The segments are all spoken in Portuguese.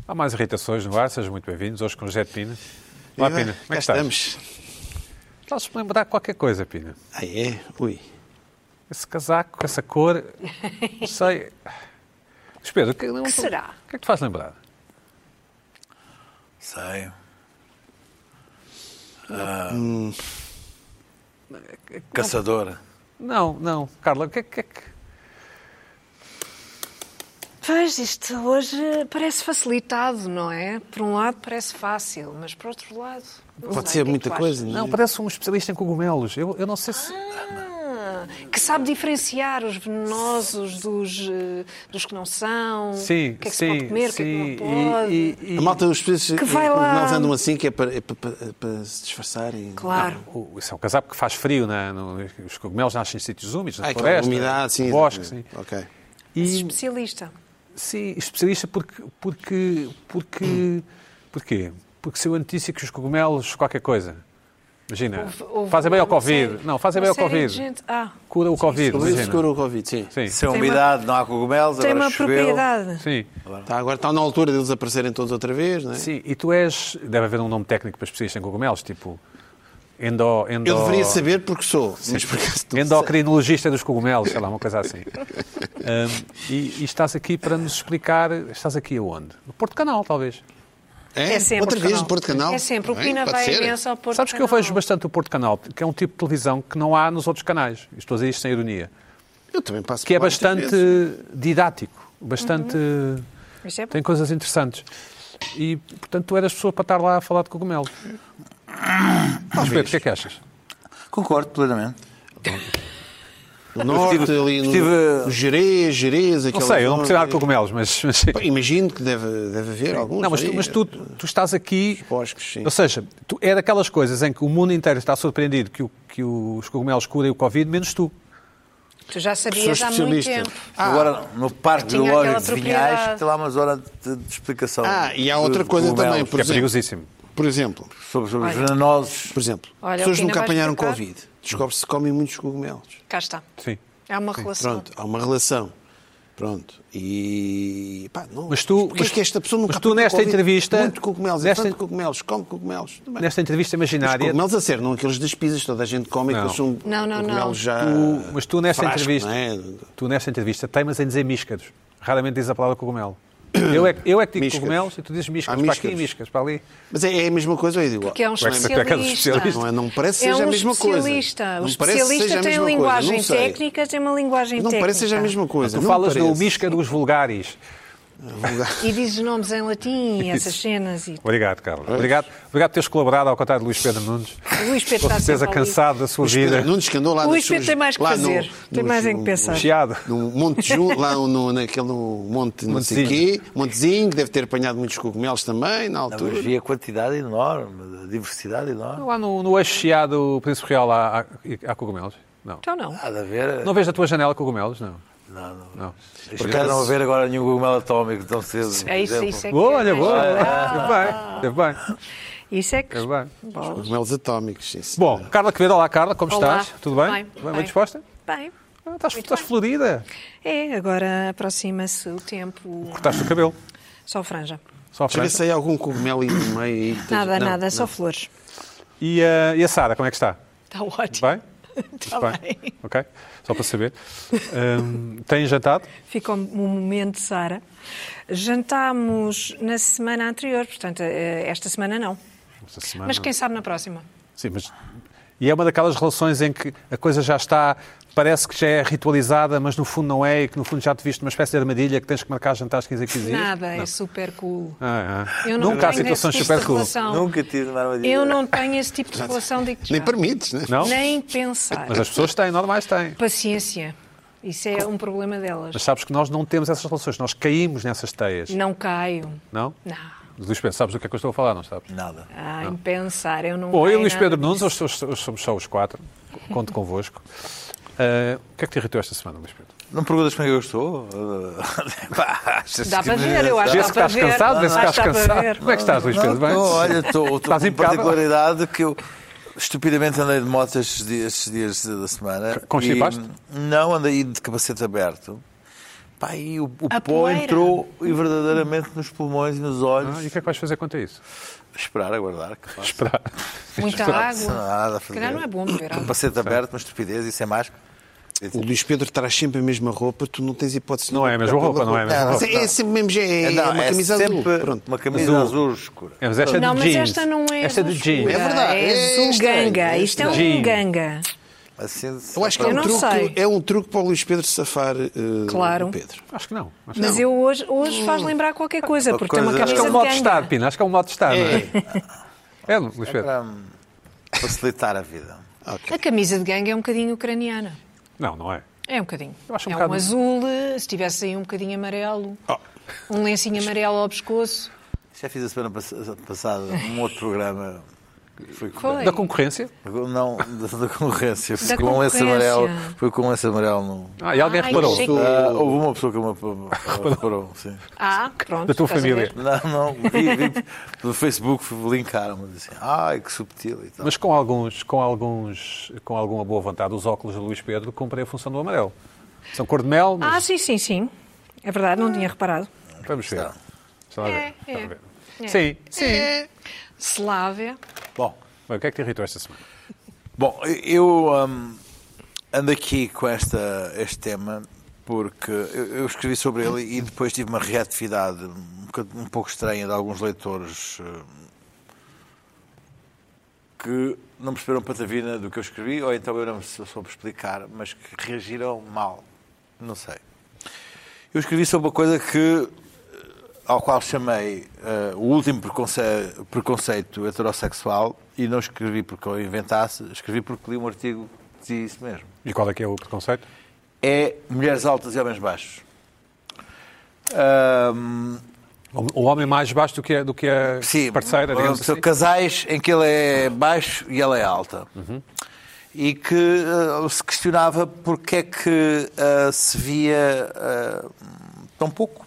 Há mais irritações no ar, sejam muito bem-vindos. Hoje com o José de Pina. Olá, Pina, como é que estás? Estamos. Estás-me a lembrar qualquer coisa, Pina. Ah, é? Ui. Esse casaco, essa cor, não sei. Mas Pedro, o que será? O que é que te faz lembrar? Sei. Caçador. Não. Carla, o que é que... Pois, isto hoje parece facilitado, não é? Por um lado parece fácil, mas por outro lado... Pode ser muita coisa, Não, parece um especialista em cogumelos. Eu não sei se... Que sabe diferenciar os venenosos dos que não são, Sim, o que é que se pode comer, o que é que não pode... A malta, os preços Que vai lá. Nós andam assim, que é para se disfarçarem. Claro. Isso é um casaco que faz frio, os cogumelos nascem em sítios úmidos, na Aquela floresta, umidade, sim. no bosque, sim. Ok. Esse especialista. Sim, especialista porquê? Porque saiu a notícia que os cogumelos, qualquer coisa. Imagina, fazem bem ao Covid. Não, fazem bem ao Covid. Cura o Covid, imagina. Cura o Covid, sim. Se a umidade não há cogumelos, Tem agora uma choveu. propriedade. Sim. Agora está na altura deles aparecerem todos outra vez, não é? Sim, e tu és... Deve haver um nome técnico para especialista em cogumelos, tipo... Eu deveria saber porque sou. Mas por acaso não sei. Endocrinologista dos cogumelos, sei lá, uma coisa assim. E estás aqui para nos explicar... Estás aqui aonde? No Porto Canal, talvez. É sempre Outra vez Canal. no Porto Canal? É sempre. O Bem, Pina pode vai ser. imenso ao Porto Sabes que Canal. eu vejo bastante o Porto Canal, que é um tipo de televisão que não há nos outros canais. Estou a dizer isto sem ironia. Eu também passo Que é por lá muitas bastante vezes. didático. Bastante... Isso é bom. Tem coisas interessantes. E, portanto, tu eras pessoa para estar lá a falar de cogumelos. Mas, Pedro, o que é que achas? Concordo plenamente. No norte, ali no Jerez, Não aquela sei, eu não zona. percebo nada de cogumelos, mas... Pá, imagino que deve haver alguns. Não, aí, mas tu estás aqui... bosques, sim. Ou seja, é daquelas coisas em que o mundo inteiro está surpreendido que os cogumelos curem o Covid, menos tu. Tu já sabias há muito especialista. tempo. Agora, no Parque tinha Biológico aquela de Vinhais, propriedade. tem lá uma zona de explicação. E há outra coisa cogumelos. também, por É exemplo. perigosíssimo. Por exemplo, Sobre os venenosos. Olha, pessoas o Pina nunca vai apanharam explicar. Covid. Descobre-se que comem muitos cogumelos. Cá está. Sim. Há uma relação. Pronto, há uma relação. Pronto. E... Pá, não. Mas tu- Porque é que esta pessoa nunca mas tu apanhou nesta Covid? entrevista- Muito cogumelos, nesta- tanto cogumelos, come cogumelos. Tudo bem. Nesta entrevista Os imaginária... cogumelos a sério, não aqueles das pizzas, toda a gente come, Não. aqueles são Não. cogumelos já... Mas tu nesta frasco, entrevista... não é? Tu nesta entrevista teimas em dizer míscaros. Raramente dizes a palavra cogumelo. Eu é que digo Míscaros. cogumelos e tu dizes míscaros. Há Para aqui e míscaros. míscaros, para ali. Mas é a mesma coisa ou é igual? Porque é um Tu é que és especialista. especialista. Não parece que É seja um a mesma coisa. especialista. O Não parece que seja especialista a tem mesma coisa, linguagem não sei. técnica, tem uma linguagem Não técnica. parece que seja a mesma coisa. Tu não falas parece. do míscaros vulgaris. E dizes nomes em latim e essas cenas. E... Obrigado, Carlos. Obrigado por teres colaborado, ao contrário de Luís Pedro Nunes. O Luís Pedro Com está certeza sempre ali. cansado da sua Os Pedro vida. Nunes que andou lá O nas Luís Pedro suas- tem mais que lá fazer. Tem mais em que pensar. Chiado. No Monte Ju, lá naquele monte não sei quê, Montezinho, que deve ter apanhado muitos cogumelos também, na Não, altura. mas havia quantidade enorme, diversidade enorme. Lá no eixo chiado Príncipe Real há cogumelos? Não. Então não. Há de haver. Não vês da tua janela cogumelos? Não. Não. Espero não haver agora nenhum cogumelo atómico tão cedo. É isso é que Boa, é olha, mais boa. legal. Teve bem. Isso é que... Teve bem. Cogumelos atómicos, sim. Bom, Carla Quevedo, olá Carla, como Olá. estás? Tudo bem? Bem disposta? Bem. Estás florida. É, agora aproxima-se o tempo... Cortaste o cabelo. Só franja. Só a Deixa eu ver se franja. há algum cogumelo aí no meio. Aí. Nada, só flores. E a Sara, como é que está? Está ótimo. Bem? Está bem. Ok, só para saber. Tens jantado? Ficou um momento, Sara. Jantámos na semana anterior, portanto, esta semana não. Esta semana Mas não. quem sabe na próxima. Sim, mas... E é uma daquelas relações em que a coisa já está, parece que já é ritualizada, mas no fundo não é, e que no fundo já te viste uma espécie de armadilha que tens que marcar jantares 15 a 15 dias? Nada, Não. é super cool. Nunca Eu não há tenho situações esse tipo super de cool. relação. Nunca tive uma armadilha. Eu não tenho esse tipo de relação, digo-te Nem já. permites, né? Não? Nem pensar. Mas as pessoas têm, normais têm. Paciência. Isso é um problema delas. Mas sabes que nós não temos essas relações, nós caímos nessas teias. Não caio. Não? Não. Luís Pedro, sabes do que é que eu estou a falar, não sabes? Nada. Em pensar, eu não Bom, eu caio e Luís nada Pedro Nunes, disso. hoje somos só os quatro, conto convosco. O que é que te irritou esta semana, Luís Pedro? Não perguntas como é que eu estou? Dá para ver, eu acho que Vê se dá para estás ver. cansado, vê se estás Acho que dá para cansado. ver. Como é que estás, Luís Pedro? Bem? Olha, estou com Estás uma impecável. particularidade que eu estupidamente andei de moto estes dias da semana. Com E, chipaste? não, andei de capacete aberto. Pá, e o pó entrou verdadeiramente nos pulmões e nos olhos. E o que é que vais fazer quanto a isso? Esperar, aguardar. Esperar. Muita água. Nada a Se calhar não é bom beber água. Capacete aberto, uma estupidez, isso é máscara. O Luís Pedro traz sempre a mesma roupa, tu não tens hipótese. Não é a mesma roupa, não é a mesma roupa. É sempre mesmo, uma camisa azul. Pronto. Uma camisa azul escura. Mas esta é de Não, mas jeans. esta não é Esta é de jeans. É verdade. É zuganga. Isto é um ganga. Assim, Eu acho que é um truque para o Luís Pedro safar Claro. o Pedro. Acho que não. Mas eu hoje faz lembrar qualquer coisa, porque tem uma Acho que camisa é um de modo de estar, ganga. Pina. Acho que é um modo de estar, não é? É, Luís Pedro. para facilitar a vida. A camisa de ganga é um bocadinho ucraniana. Não é. É um bocadinho. Eu acho um é bocado- um azul, se tivesse aí um bocadinho amarelo, um lencinho amarelo ao pescoço. Já fiz a semana passada um outro programa. Foi. Da concorrência? Não, da concorrência. Da Com esse concorrência. amarelo. Foi com esse amarelo no... E alguém Ai, reparou? chique. Houve uma pessoa que me reparou, sim. Pronto. Da tua estás a família. ver? Não, vi no Facebook, linkaram-me assim, que subtil e tal. Mas com alguma boa vontade, os óculos do Luís Pedro cumprem a função do amarelo. São cor de mel, mas... Sim. É verdade, não tinha reparado. Vamos ver. Está a ver. É. Está a ver. Sim. Slávia. Bom, Bem, o que é que te irritou esta semana? eu ando aqui com este tema porque eu escrevi sobre ele e depois tive uma reatividade um pouco estranha de alguns leitores que não perceberam patavina do que eu escrevi, ou então eu não soube explicar, mas que reagiram mal. Não sei. Eu escrevi sobre uma coisa ao qual chamei o último preconceito heterossexual, e não escrevi porque eu inventasse, escrevi porque li um artigo que dizia isso mesmo. E qual é que é o preconceito? É mulheres altas e homens baixos. O homem mais baixo do que a parceira, digamos assim. Casais em que ele é baixo e ela é alta. E que se questionava porque é que se via tão pouco.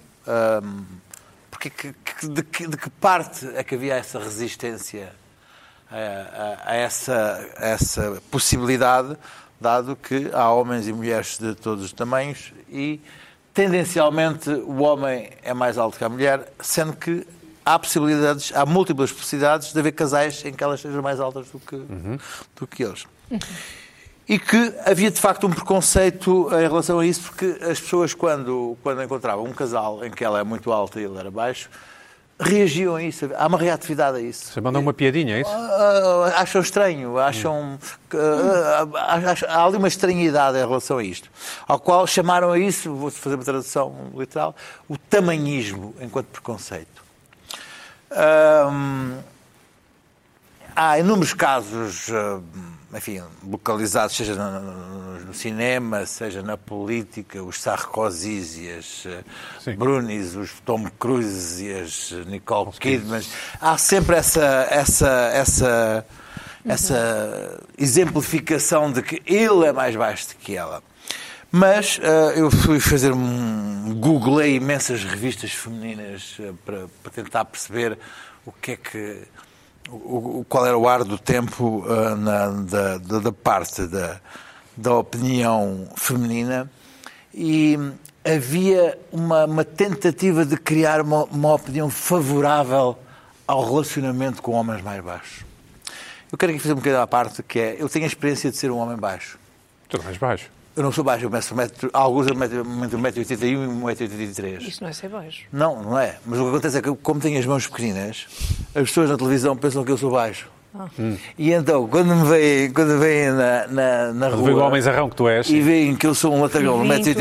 De que parte é que havia essa resistência a essa possibilidade, dado que há homens e mulheres de todos os tamanhos e, tendencialmente, o homem é mais alto que a mulher, sendo que há múltiplas possibilidades de haver casais em que elas sejam mais altas do que eles. E que havia, de facto, um preconceito em relação a isso, porque as pessoas, quando encontravam um casal em que ela é muito alta e ele era baixo, reagiam a isso. Há uma reatividade a isso. Você mandou uma piadinha, é isso? Acham estranho, acham... há ali uma estranhidade em relação a isto. Ao qual chamaram a isso, vou fazer uma tradução literal, o tamanhismo enquanto preconceito. Há inúmeros casos... enfim, localizados, seja no cinema, seja na política, os Sarkozys e as Brunis, os Tom Cruise e as Nicole Kidman. Há sempre essa exemplificação de que ele é mais baixo do que ela. Mas eu fui fazer googlei imensas revistas femininas para tentar perceber o que é que... qual era o ar do tempo da parte da opinião feminina, e havia uma tentativa de criar uma opinião favorável ao relacionamento com homens mais baixos. Eu quero aqui fazer um bocadinho à parte, que é, eu tenho a experiência de ser um homem baixo. Tu não és baixo. Eu não sou baixo, eu meço alguns entre 1,81 m e 1,83 m. Isso não é ser baixo. Não é. Mas o que acontece é que, como tenho as mãos pequeninas, as pessoas na televisão pensam que eu sou baixo. E então, quando me veem na rua... Veio o homenzarrão que tu és. E veem que eu sou um latagão,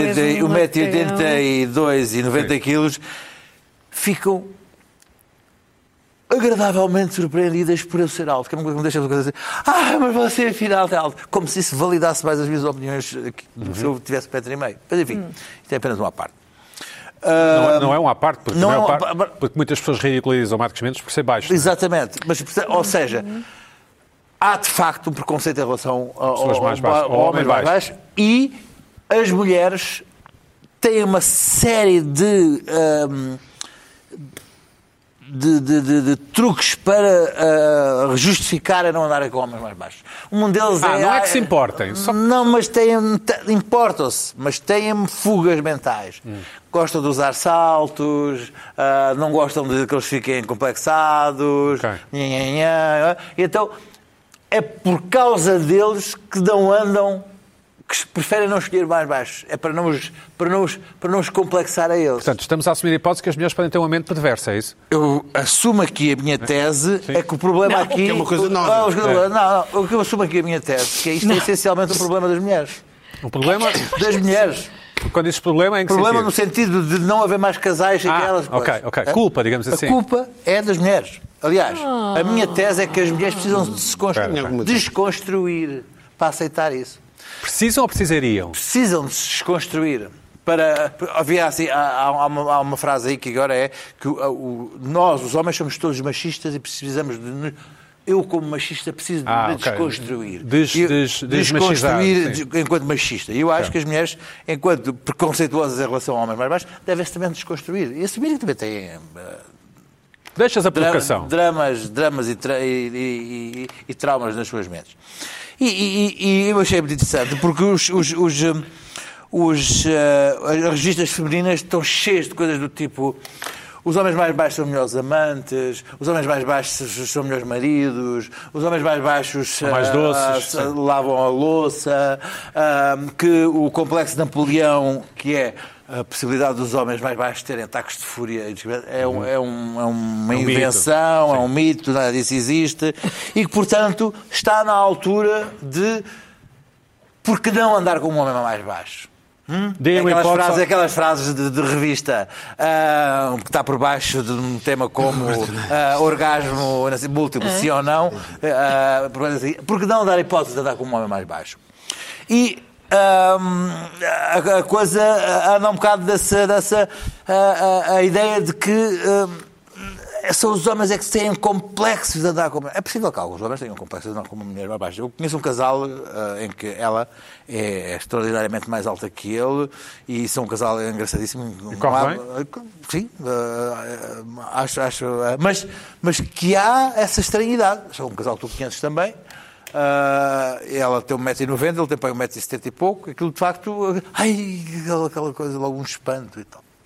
1,82 m e 90 kg, ficam agradavelmente surpreendidas por eu ser alto. Que me deixa uma coisa assim, mas você afinal é alto. Como se isso validasse mais as minhas opiniões se eu tivesse 1,5 m. Mas enfim, isto é apenas uma parte. Não é uma parte, porque muitas pessoas ridicularizam o Marcos Mendes por ser baixo. Exatamente. Mas, ou seja, há de facto um preconceito em relação ao homem mais baixo, e as mulheres têm uma série de de truques para justificar a não andarem com homens mais baixos. Um deles não é que se importem. Não, mas importam-se, mas têm fugas mentais. Gostam de usar saltos, não gostam de que eles fiquem complexados. Okay. Então, é por causa deles que não andam, que preferem não escolher mais baixos. É para não os complexar a eles. Portanto, estamos a assumir a hipótese que as mulheres podem ter um mente perverso, é isso? Eu assumo aqui a minha tese, é que o problema aqui... é uma coisa nova. Não, o que eu assumo aqui a minha tese, que isto é essencialmente um problema das mulheres. Um problema... Das mulheres. Quando dizes problema, em que problema sentido? No sentido de não haver mais casais e aquelas coisas. Ok. Culpa, digamos assim. A culpa é das mulheres. Aliás, a minha tese é que as mulheres precisam de se desconstruir para aceitar isso. Precisam ou precisariam? Precisam de se desconstruir. Havia assim, há uma frase aí que agora é que nós, os homens, somos todos machistas e precisamos de... Eu, como machista, preciso de me desconstruir. Desconstruir enquanto machista. E eu acho que as mulheres, enquanto preconceituosas em relação a homens mais baixos, devem-se também desconstruir. E assumir que também têm... Deixas a provocação. Dramas e traumas nas suas mentes. E eu achei muito interessante, porque as revistas femininas estão cheias de coisas do tipo... Os homens mais baixos são melhores amantes, os homens mais baixos são melhores maridos, os homens mais baixos mais doces, lavam a louça, que o complexo de Napoleão, que é a possibilidade dos homens mais baixos terem ataques de fúria, é uma invenção, é um mito, nada disso existe, e que, portanto, está na altura de por que não andar com um homem mais baixo? Aquelas frases de revista que está por baixo de um tema como orgasmo múltiplo, sim ou não, porque não dar hipótese de andar com um homem mais baixo. E a coisa anda um bocado dessa a ideia de que são os homens é que têm complexos de andar com... É possível que alguns homens tenham complexos de andar com uma mulher mais baixa. Eu conheço um casal em que ela é extraordinariamente mais alta que ele e são um casal engraçadíssimo. E corre bem? Sim, acho. Mas que há essa estranhidade. São um casal que tu conheces também. Ela tem 1,90m, ele tem para 1,70m e pouco. Aquilo, de facto... aquela coisa, logo um espanto e tal.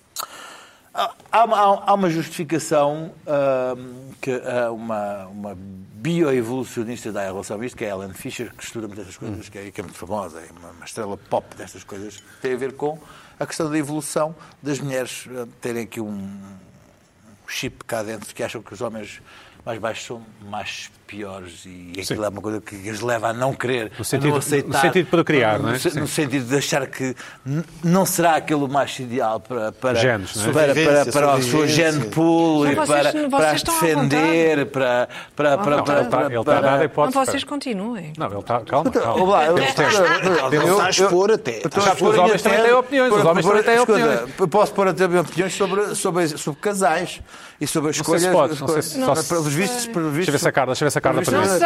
Há uma justificação que uma bioevolucionista dá em relação a isto, que é a Ellen Fisher, que estuda muitas dessas coisas, que é muito famosa, é uma estrela pop destas coisas, que tem a ver com a questão da evolução das mulheres terem aqui um chip cá dentro, que acham que os homens mais baixos são mais piores e aquilo é uma coisa que os leva a não querer, a não aceitar. No sentido de procriar, não é? No sentido de achar que não será aquele macho ideal para genes, não é? para o seu gene pool e para as defender, para... Ele está a dar a hipótese. Não, vocês continuem. Não, ele está... Calma. Ele está a expor até. Os homens também têm opiniões. Os homens também têm opiniões. Eu posso pôr até opiniões sobre casais e sobre as escolhas... Não sei se pode. Pelos vistos... Deixa eu ver se a Carla para Não sei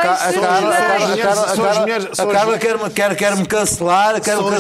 a Carla quer-me cancelar. Eu quero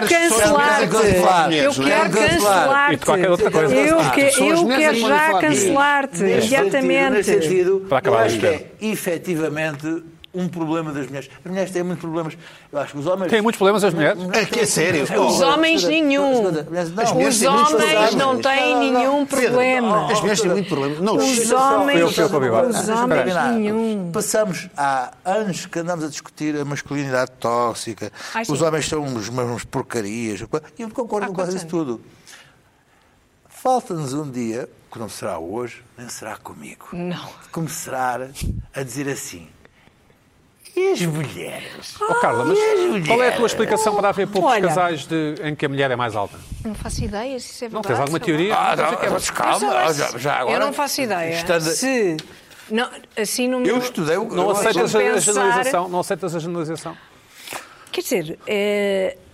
cancelar-te. E de qualquer outra coisa. Eu quero já cancelar-te imediatamente. Para acabar acho que é efetivamente um problema das mulheres. As mulheres têm muitos problemas. Eu acho que os homens... Têm muitos problemas as mulheres? É que é sério. Os homens nenhum. Os homens não têm nenhum problema. As mulheres têm muito problema. Os homens nenhum. Passamos há anos que andamos a discutir a masculinidade tóxica. Os homens são umas porcarias. E eu concordo com quase isso tudo. Falta-nos um dia, que não será hoje, nem será comigo, não. começar a dizer assim: e as mulheres? Carla, mas qual é a tua explicação para haver poucos casais em que a mulher é mais alta? Não faço ideia se isso é verdade. Não tens alguma teoria? Calma, já agora. Eu não faço ideia. Se... Não, assim não... Eu estudei... Não aceitas a generalização? Não aceitas a generalização? Quer dizer,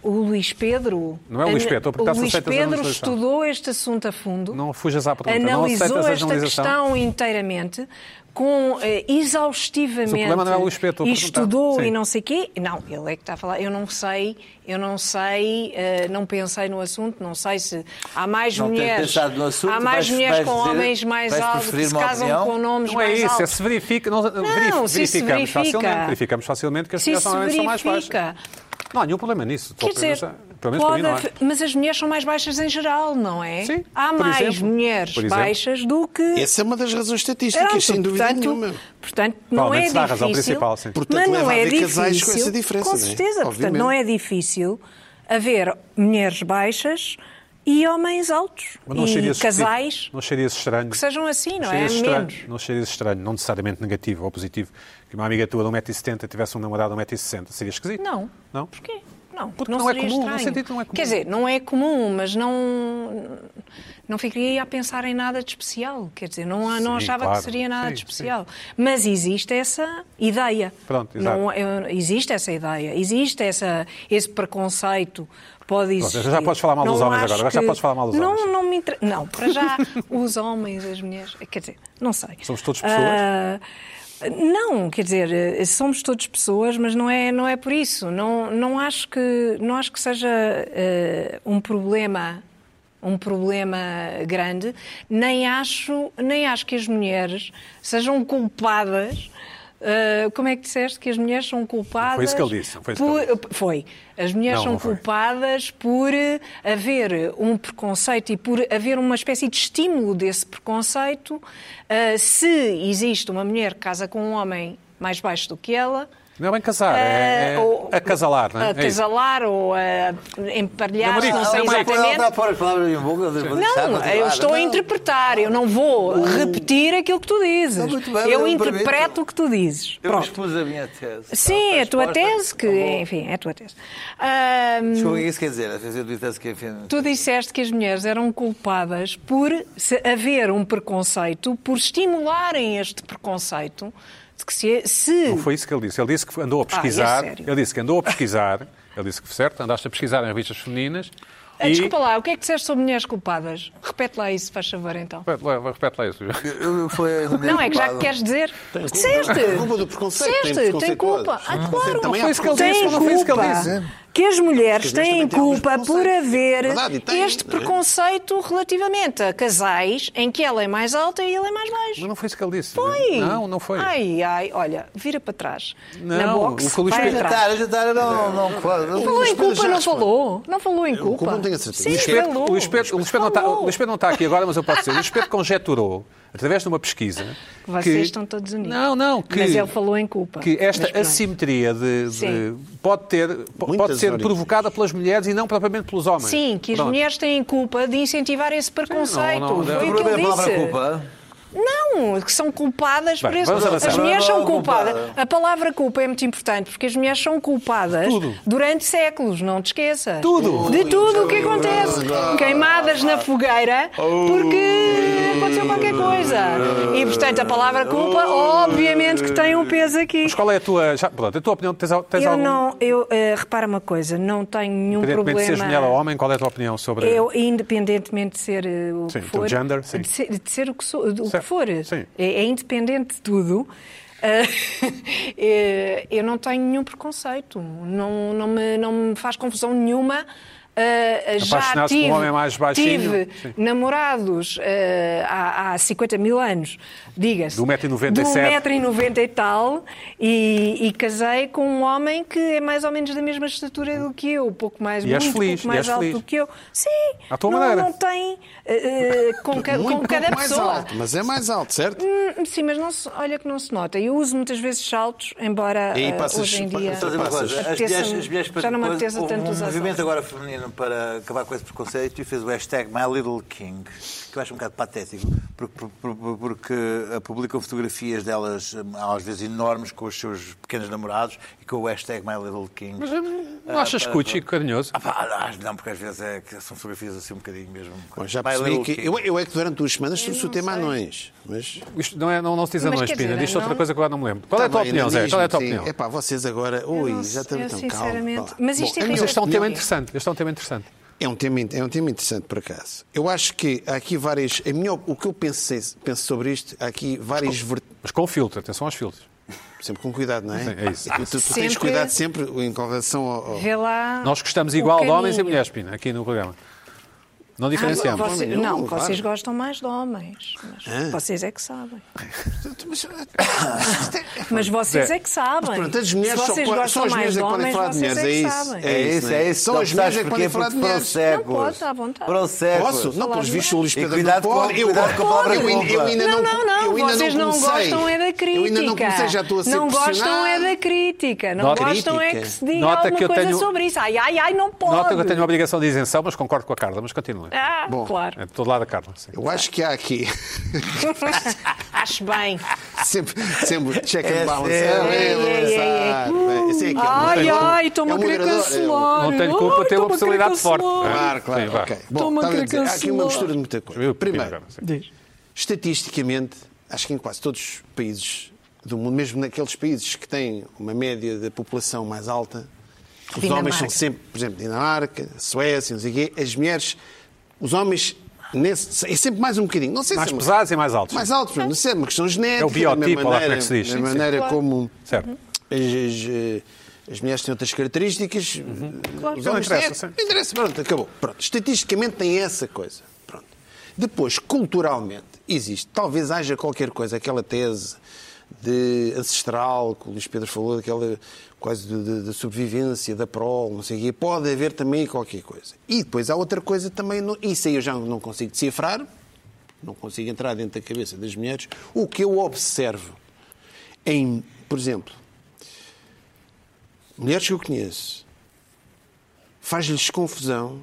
o Luís Pedro... Não é o Luís Pedro, o Luís Pedro estudou este assunto a fundo. Não fujas à pergunta. Analisou esta questão inteiramente, exaustivamente. Mas o problema não é o Luís Pedro, e estudou e não sei o quê. Não, ele é que está a falar. Eu não sei, não pensei no assunto, não sei se há mais mulheres. Há mais mulheres com homens mais altos que se casam com nomes mais altos. Não é isso, se verifica. Verificamos facilmente que as mulheres normalmente são mais baixas. Não há nenhum problema nisso. Quer dizer, mas as mulheres são mais baixas em geral, não é? Sim, há mais mulheres baixas do que... Essa é uma das razões estatísticas, sem dúvida nenhuma. Portanto, não é difícil. A razão principal, sim. Portanto, mas não é difícil, casais com essa diferença, com certeza. Portanto, não é difícil haver mulheres baixas e homens altos. E casais não acharia estranho que sejam assim, não é? Menos. Não acharia estranho, não necessariamente negativo ou positivo, que uma amiga tua de 1,70m tivesse um namorado de 1,60m. Seria esquisito? Não. Não? Porquê? Não, porque não é comum, no sentido não é comum. Quer dizer, não é comum, mas não ficaria a pensar em nada de especial. Quer dizer, não achava que seria nada de especial. Sim. Mas existe essa ideia. Pronto, exato. Existe essa ideia, existe esse preconceito. Pode existir. Já podes falar mal dos homens agora. Já podes falar mal dos homens. Não, para já, os homens, as mulheres... Quer dizer, não sei. Somos todos pessoas? Não, quer dizer, somos todos pessoas, mas não é por isso. Não acho que seja um problema grande, nem acho que as mulheres sejam culpadas. Como é que disseste que as mulheres são culpadas? Foi isso que ele disse. Foi. As mulheres são culpadas por haver um preconceito e por haver uma espécie de estímulo desse preconceito. Se existe uma mulher que casa com um homem mais baixo do que ela... Não é bem casar, é acasalar, não é? Acasalar ou emparelhar, não sei exatamente. Não, eu estou a interpretar, eu não vou repetir aquilo que tu dizes. Eu interpreto o que tu dizes. Eu expus a minha tese. Sim, a tua tese, enfim, é a tua tese. O que isso quer dizer? Tu disseste que as mulheres eram culpadas por haver um preconceito, por estimularem este preconceito. Não foi isso que ele disse. Ele disse que andou a pesquisar. Ele disse que andou a pesquisar. Ele disse que, certo, andaste a pesquisar em revistas femininas. Desculpa lá, o que é que disseste sobre mulheres culpadas? Repete lá isso, faz favor, então. Repete lá isso. Não, é que já que queres dizer. Disseste! Tem culpa. Claro, não foi isso que ele disse. Não foi isso que ele disse. Que as mulheres têm culpa por haver este preconceito relativamente a casais em que ela é mais alta e ele é mais baixo. Mas não foi isso que ele disse. Foi. Não foi. Olha, vira para trás. Não, na boxe, vai atrás. Não falou em culpa, não falou? Não falou em culpa. Não tenho a certeza. Sim, o Espelho não está aqui agora, mas eu posso dizer. O Espelho conjeturou, através de uma pesquisa... Vocês estão todos unidos. Não. Mas ele falou em culpa. Que esta assimetria pode ser provocada pelas mulheres e não propriamente pelos homens. Sim, que as mulheres têm culpa de incentivar esse preconceito. Foi o que ele disse. Não, que são culpadas por isso. As mulheres são culpadas. A palavra culpa é muito importante, porque as mulheres são culpadas durante séculos, não te esqueças. De tudo o que acontece. Queimadas na fogueira porque aconteceu qualquer coisa. E, portanto, a palavra culpa, obviamente que tem um peso aqui. Mas qual é a tua opinião? Tens algum... Repara uma coisa, não tenho nenhum problema... Independentemente de seres mulher ou homem, qual é a tua opinião sobre... Independentemente de ser o que for... Gender, sim. De ser o que for. Sim. É independente de tudo. Eu não tenho nenhum preconceito. Não me faz confusão nenhuma. Já tive namorados há 50 mil anos, diga-se, do 1,97m e tal, e casei com um homem que é mais ou menos da mesma estatura do que eu, pouco mais alto do que eu. Sim, à tua maneira. Não tem com cada pessoa. Alto, mas é mais alto, certo? Sim, mas olha que não se nota. Eu uso muitas vezes saltos, embora hoje em dia já não me apeteça tanto usar saltos. Um movimento agora feminino para acabar com esse preconceito e fez o hashtag MyLittleKing, que eu acho um bocado patético, porque publicam fotografias delas, às vezes enormes, com os seus pequenos namorados e com o hashtag MyLittleKing. Não achas cuchi carinhoso? Não, porque às vezes são fotografias assim um bocadinho mesmo. Bom, já percebi que eu é que durante 2 semanas trouxe o tema anões. Mas... Isto não se diz anões, Pina. Diz outra coisa que agora não me lembro. Qual é a tua opinião, Zé? Qual é a tua opinião? É pá, vocês agora... Ui, já estão tão calmos. Mas isto é um tema interessante. É um tema interessante, por acaso. Eu acho que há aqui várias... O que eu penso sobre isto, há aqui várias... Mas com filtro, atenção aos filtros. Sempre com cuidado, não é? Sim, é isso. Tu tens cuidado sempre em relação ao... Nós gostamos igual de homens e mulheres, Pina, aqui no programa. Não diferenciamos. Vocês gostam mais de homens. Mas vocês é que sabem. Mas vocês é que sabem. Mas, pronto, as mulheres são as mulheres que podem falar de mulheres. É isso. São as mulheres que podem falar de mulheres. Não pode, à vontade. Posso? Não, pelos vistos o Luís Pedro não pode. Cuidado com a palavra Não. Vocês não gostam é da crítica. Eu ainda não comecei, já estou a ser Não gostam é da crítica. Não gostam é que se diga alguma coisa sobre isso. Ai, não pode. Nota que eu tenho a obrigação de isenção, mas concordo com a Carla. Mas continua. Bom, claro. É de todo lado da Carla. Sim. Eu acho que há aqui... Acho bem. Sempre check and balance. Estou-me a querer cancelar. Não tenho culpa de ter uma personalidade forte. Claro. Okay. Bom, há aqui uma mistura de muita coisa. Primeiro, estatisticamente, acho que em quase todos os países do mundo, mesmo naqueles países que têm uma média de população mais alta, os homens são sempre, por exemplo, Dinamarca, Suécia, não sei o quê, as mulheres... Os homens, é sempre mais um bocadinho. Não sei mais pesados e mais altos. Mais altos, não sei, é uma questão genética. É o biotipo, lá como é que se diz. Da maneira como certo. As mulheres têm outras características. Claro. Os homens não interessa. Pronto, acabou. Pronto. Estatisticamente tem essa coisa. Pronto. Depois, culturalmente, existe. Talvez haja qualquer coisa, aquela tese de ancestral, que o Luís Pedro falou, daquela quase de sobrevivência, da prole, não sei o quê. Pode haver também qualquer coisa. E depois há outra coisa também, isso aí eu já não consigo decifrar, não consigo entrar dentro da cabeça das mulheres. O que eu observo por exemplo, mulheres que eu conheço, faz-lhes confusão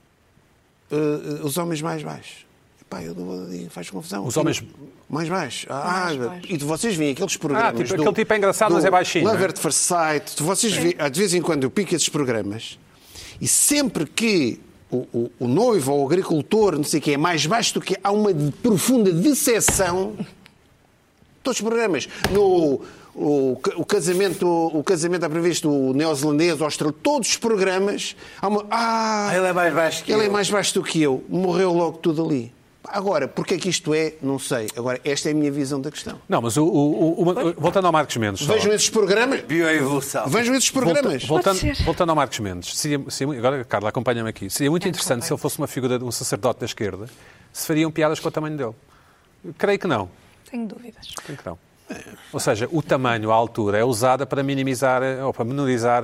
os homens mais baixos. Pá, faz confusão. Os homens mais baixos. E vocês veem aqueles programas. Aquele tipo é engraçado, mas é baixinho. Love at First Sight. Vocês veem, de vez em quando eu pico esses programas e sempre que o noivo ou o agricultor, não sei o que, é mais baixo do que há uma profunda decepção. Todos os programas. O casamento é previsto, o neozelandês, o australiano, todos os programas. Há uma. Ele é mais baixo que eu. Ele é mais baixo do que eu. Morreu logo tudo ali. Agora, porque é que isto é? Não sei. Agora, esta é a minha visão da questão. Não, mas voltando ao Marcos Mendes... Vejam esses programas. Bioevolução. Vejam esses programas. Voltando ao Marcos Mendes. Agora, Carla, acompanha-me aqui. Seria muito interessante se ele fosse uma figura de um sacerdote da esquerda, se fariam piadas com o tamanho dele. Creio que não. Tenho dúvidas. Creio que não. Ou seja, o tamanho, a altura, é usada para minimizar ou para menorizar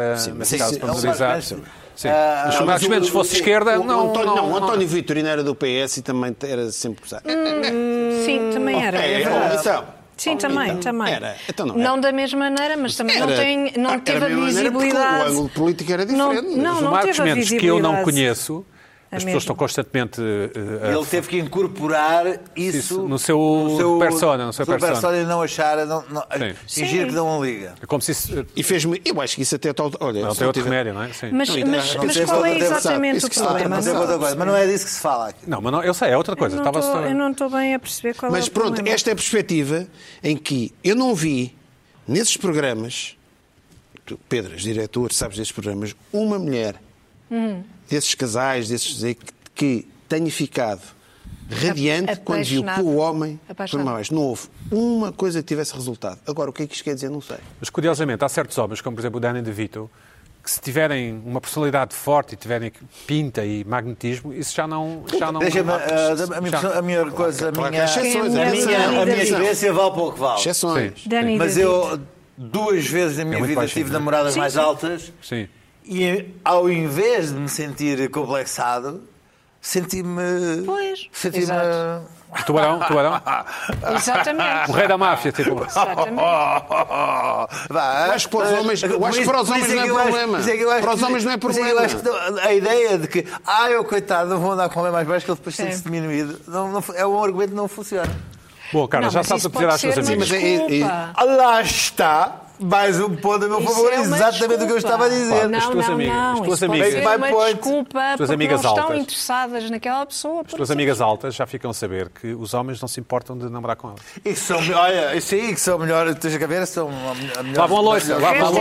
Sim. Mas se o Marcos Mendes fosse esquerda, não. O António Vitorino era do PS e também era sempre pesado. Sim, também era. Sim, também. Era. Então não da mesma maneira, mas também não teve a visibilidade. O ângulo político era diferente. Não Marcos teve a Mendes, que eu não conheço, as pessoas estão constantemente... Ele teve que incorporar isso no seu persona. No seu persona e não achar... Fingir que não liga. É como se isso... E fez-me... Eu acho que isso até... Olha, não tem outro remédio, não é? Sim. Mas qual é exatamente o problema? Mas não é disso que se fala aqui. Não, mas eu sei, é outra coisa. Eu não estou bem a perceber qual é o problema. Mas pronto, esta é a perspectiva em que eu não vi, nesses programas, Pedro, diretor, sabes desses programas, uma mulher... desses casais, que tenha ficado radiante quando viu que o homem foi mais. Não houve uma coisa que tivesse resultado. Agora, o que é que isto quer dizer? Não sei. Mas, curiosamente, há certos homens, como por exemplo o Danny DeVito, que se tiverem uma personalidade forte e tiverem pinta e magnetismo, isso já não... Deixa-me, a minha coisa, a minha experiência vale pouco vale. Exceções. Mas eu, 2 vezes na minha vida, tive namoradas mais altas. Sim. E ao invés de me sentir complexado, senti-me... Pois, Tubarão? Exatamente. O rei da máfia, tipo... Exatamente. Acho que para os homens não é problema. Para os homens não é problema. Eu acho que a ideia de que, eu coitado, não vou andar com o homem mais baixo que ele depois sente-se diminuído, é um argumento que não funciona. Bom, cara, já sabes o que dizer às suas amigas. Lá está... mais um ponto a meu favor, exatamente o que eu estava a dizer. Não, as tuas amigas, é uma desculpa porque não estão interessadas naquela pessoa. As tuas amigas altas já ficam a saber que os homens não se importam de namorar com elas. Olha, isso aí que são melhores, tens a ver, são melhores. Lavam a louça,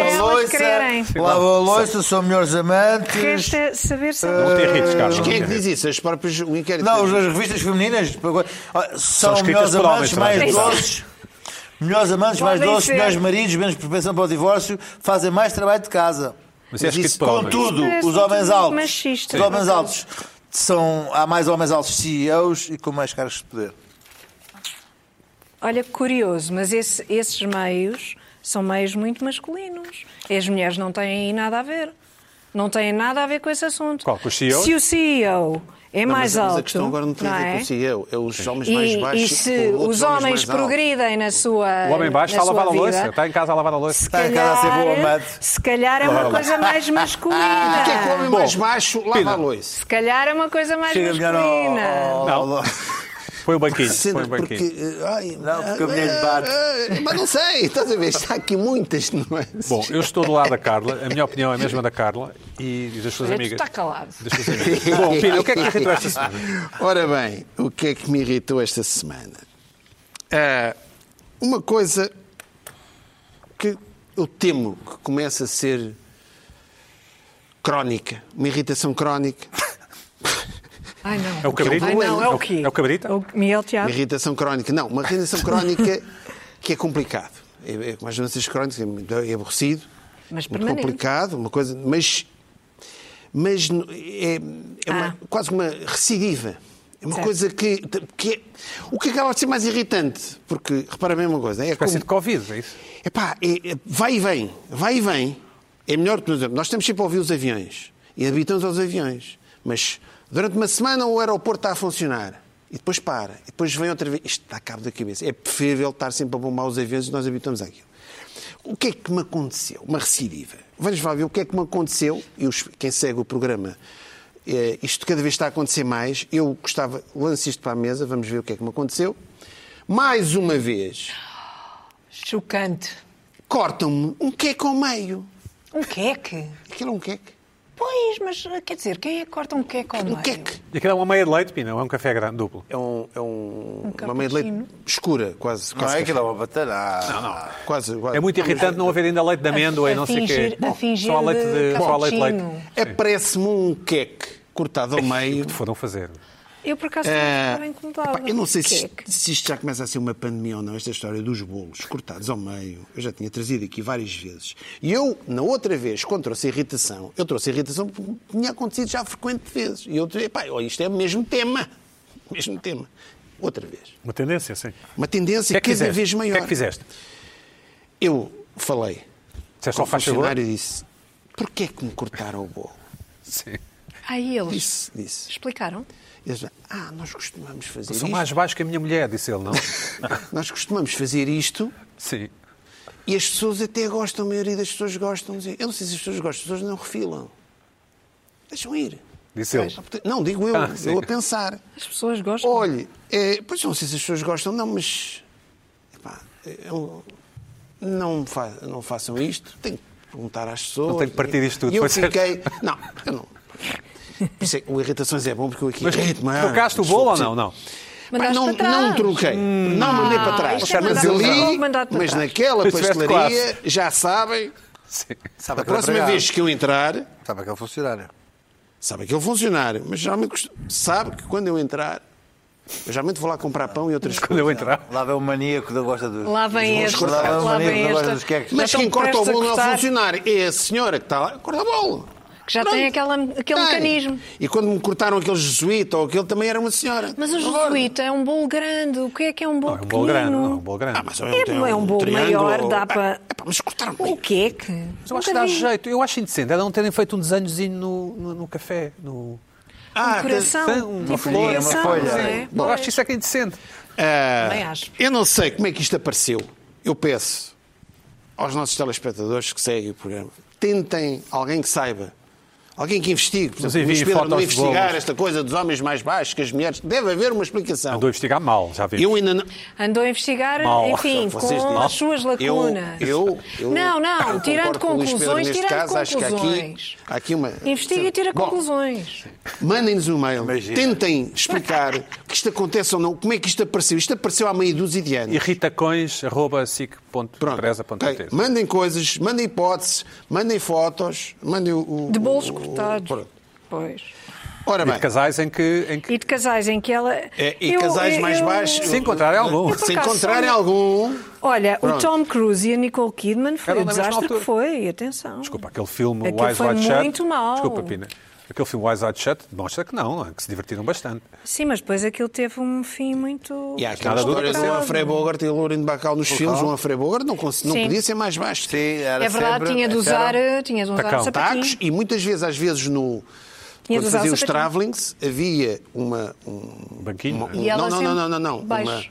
são melhores amantes. Resta saber se não te irrites, Carlos. Quem é que diz isso? As próprias inquéritos. Não, as revistas femininas são melhores amantes, mais doces. Melhores amantes, mais doces, melhores maridos, menos propensão para o divórcio, fazem mais trabalho de casa. Mas é escrito para homens. Contudo, os homens altos, há mais homens altos CEOs e com mais cargos de poder. Olha que curioso, mas esses meios são meios muito masculinos. E as mulheres não têm aí nada a ver. Não têm nada a ver com esse assunto. Qual? Com os CEOs? Se o CEO é mais alto... Mas a questão agora não tem a ver com o CEO. É os homens mais baixos. E se os homens progridem na sua O homem baixo está a lavar a louça. Está em casa a lavar a louça. Está em casa a ser boa amante. Se calhar é uma coisa mais masculina. Porque é que o homem mais baixo lava a louça? Se calhar é uma coisa mais masculina. Não. Põe um banquinho. Porque a mulher lhe bate. Mas não sei, estás a ver? Está aqui muitas nuances. Bom, eu estou do lado da Carla. A minha opinião é a mesma da Carla e das suas amigas. Está calado. Das suas amigas. Bom, Pina, o que é que te irritou esta semana? Ora bem, o que é que me irritou esta semana? Uma coisa que eu temo que comece a ser crónica. Uma irritação crónica. Ai, não. É o cabrito? Não, é o quê? É o cabrito? O Miguel Tiago? Uma irritação crónica. Não, uma irritação crónica que é complicado. Como as doenças crónicas, é aborrecido. Mas muito permanente. complicado, uma coisa... Mas é quase uma recidiva. É uma coisa que é... O que acaba de ser mais irritante. Porque, repara bem uma coisa. É espécie de Covid, é isso? Vai e vem. Vai e vem. É melhor, por exemplo, nós temos sempre a ouvir os aviões. E habitamos aos aviões. Mas... Durante uma semana o aeroporto está a funcionar e depois para, e depois vem outra vez. Isto está a cabo da cabeça. É preferível estar sempre a bombar os aviões e nós habitamos aquilo. O que é que me aconteceu? Uma recidiva. Vamos lá ver o que é que me aconteceu. Quem segue o programa, isto cada vez está a acontecer mais. Eu gostava, lance isto para a mesa, vamos ver o que é que me aconteceu. Mais uma vez. Chocante. Cortam-me um queque ao meio. Um queque? Aquilo é um queque. Pois, mas quer dizer, quem é que corta um queque ao meio? Um queque. E aquilo é uma meia de leite, Pina, ou é um café grande, duplo? É uma meia de leite escura, quase. Não é aquilo, é uma batalha. Não. Quase. É muito irritante não haver ainda leite de amêndoa e não sei o quê. Só leite de leite. Parece-me um queque cortado ao meio. O que foram fazer? Eu, por acaso, estava incomodada. Eu não sei se isto já começa a ser uma pandemia ou não, esta história dos bolos cortados ao meio. Eu já tinha trazido aqui várias vezes. E eu, na outra vez, quando trouxe irritação, porque tinha acontecido já frequente vezes. E eu disse, isto é o mesmo tema. Mesmo tema. Outra vez. Uma tendência, sim. Uma tendência cada vez maior. O que é que fizeste? Eu falei com o funcionário e disse, porquê é que me cortaram o bolo? Sim. Aí eles disse. Explicaram? Eles disseram, nós costumamos fazer isto. Sou mais baixo que a minha mulher, disse ele, não? Nós costumamos fazer isto. Sim. E as pessoas até gostam, a maioria das pessoas gostam. Eu não sei se as pessoas gostam, as pessoas não refilam. Deixam ir. Disse ele. Não, digo eu, eu a pensar. As pessoas gostam. Olhe, pois não sei se as pessoas gostam, não, mas não façam isto. Tenho que perguntar às pessoas. Não tenho que partir disto tudo. E eu fiquei... Não, eu não... Por isso o Irritações é bom, porque eu aqui... Mas trocaste o bolo ou não? Não. Não troquei. Não mandei para trás. Mas naquela pastelaria já sabem... A próxima vez que eu entrar... Sabe aquele funcionário. Sabe aquele funcionário. Mas geralmente sabe que quando eu entrar... Eu geralmente vou lá comprar pão e outras coisas. Quando eu entrar... Lá vem o maníaco que gosta dos... Lá vem este. Lá vem este. Mas quem corta o bolo não é o funcionário. É a senhora que está lá. Corta o bolo. Que já tem aquele mecanismo. E quando me cortaram aquele jesuíta ou aquele, também era uma senhora. Mas o jesuíta é um bolo grande. O que é um bolo pequeno? Não, é um bolo grande. Mas é um bolo maior, dá para... Mas cortaram o queque? Mas eu acho que dá jeito. Eu acho indecente. É não terem feito um desenhozinho no café. Um coração. Uma folha. Eu acho que isso é que é indecente. Eu não sei como é que isto apareceu. Eu peço aos nossos telespectadores que seguem o programa, tentem, alguém que saiba, Alguém que investigue. Por exemplo, Luís Pedro não investigar esta coisa dos homens mais baixos que as mulheres. Deve haver uma explicação. Andou a investigar mal, já vi. Eu ainda não... Andou a investigar, mal. Enfim, com as suas lacunas. Não, tirando conclusões, Acho que há aqui uma... Investiga e tira conclusões. Mandem-nos um mail. Tentem explicar que isto acontece ou não. Como é que isto apareceu? Isto apareceu há meia dúzia de anos. irritacões@sic.presa.pt. Mandem coisas, mandem hipóteses, mandem fotos, mandem de bolos cortados. Pois. Ora bem. E de casais em que... E de casais em que ela... casais mais baixos... Se encontrarem algum. Se encontrarem algum... Olha, o Tom Cruise e a Nicole Kidman foi o desastre que foi. Atenção. Desculpa, aquele filme Wise Wide Shut... muito mal. Desculpa, Pina. Aquele filme Wise Wide Shut demonstra que não, que se divertiram bastante. Sim, mas depois aquilo teve um fim muito... E há aquela história do Humphrey Bogart e o Lorraine Bacall nos filmes. O Humphrey Bogart não podia ser mais baixo. Sim, era verdade, tinha de usar tacos. E muitas vezes, às vezes, quando fazia os travelings, havia um banquinho? Não.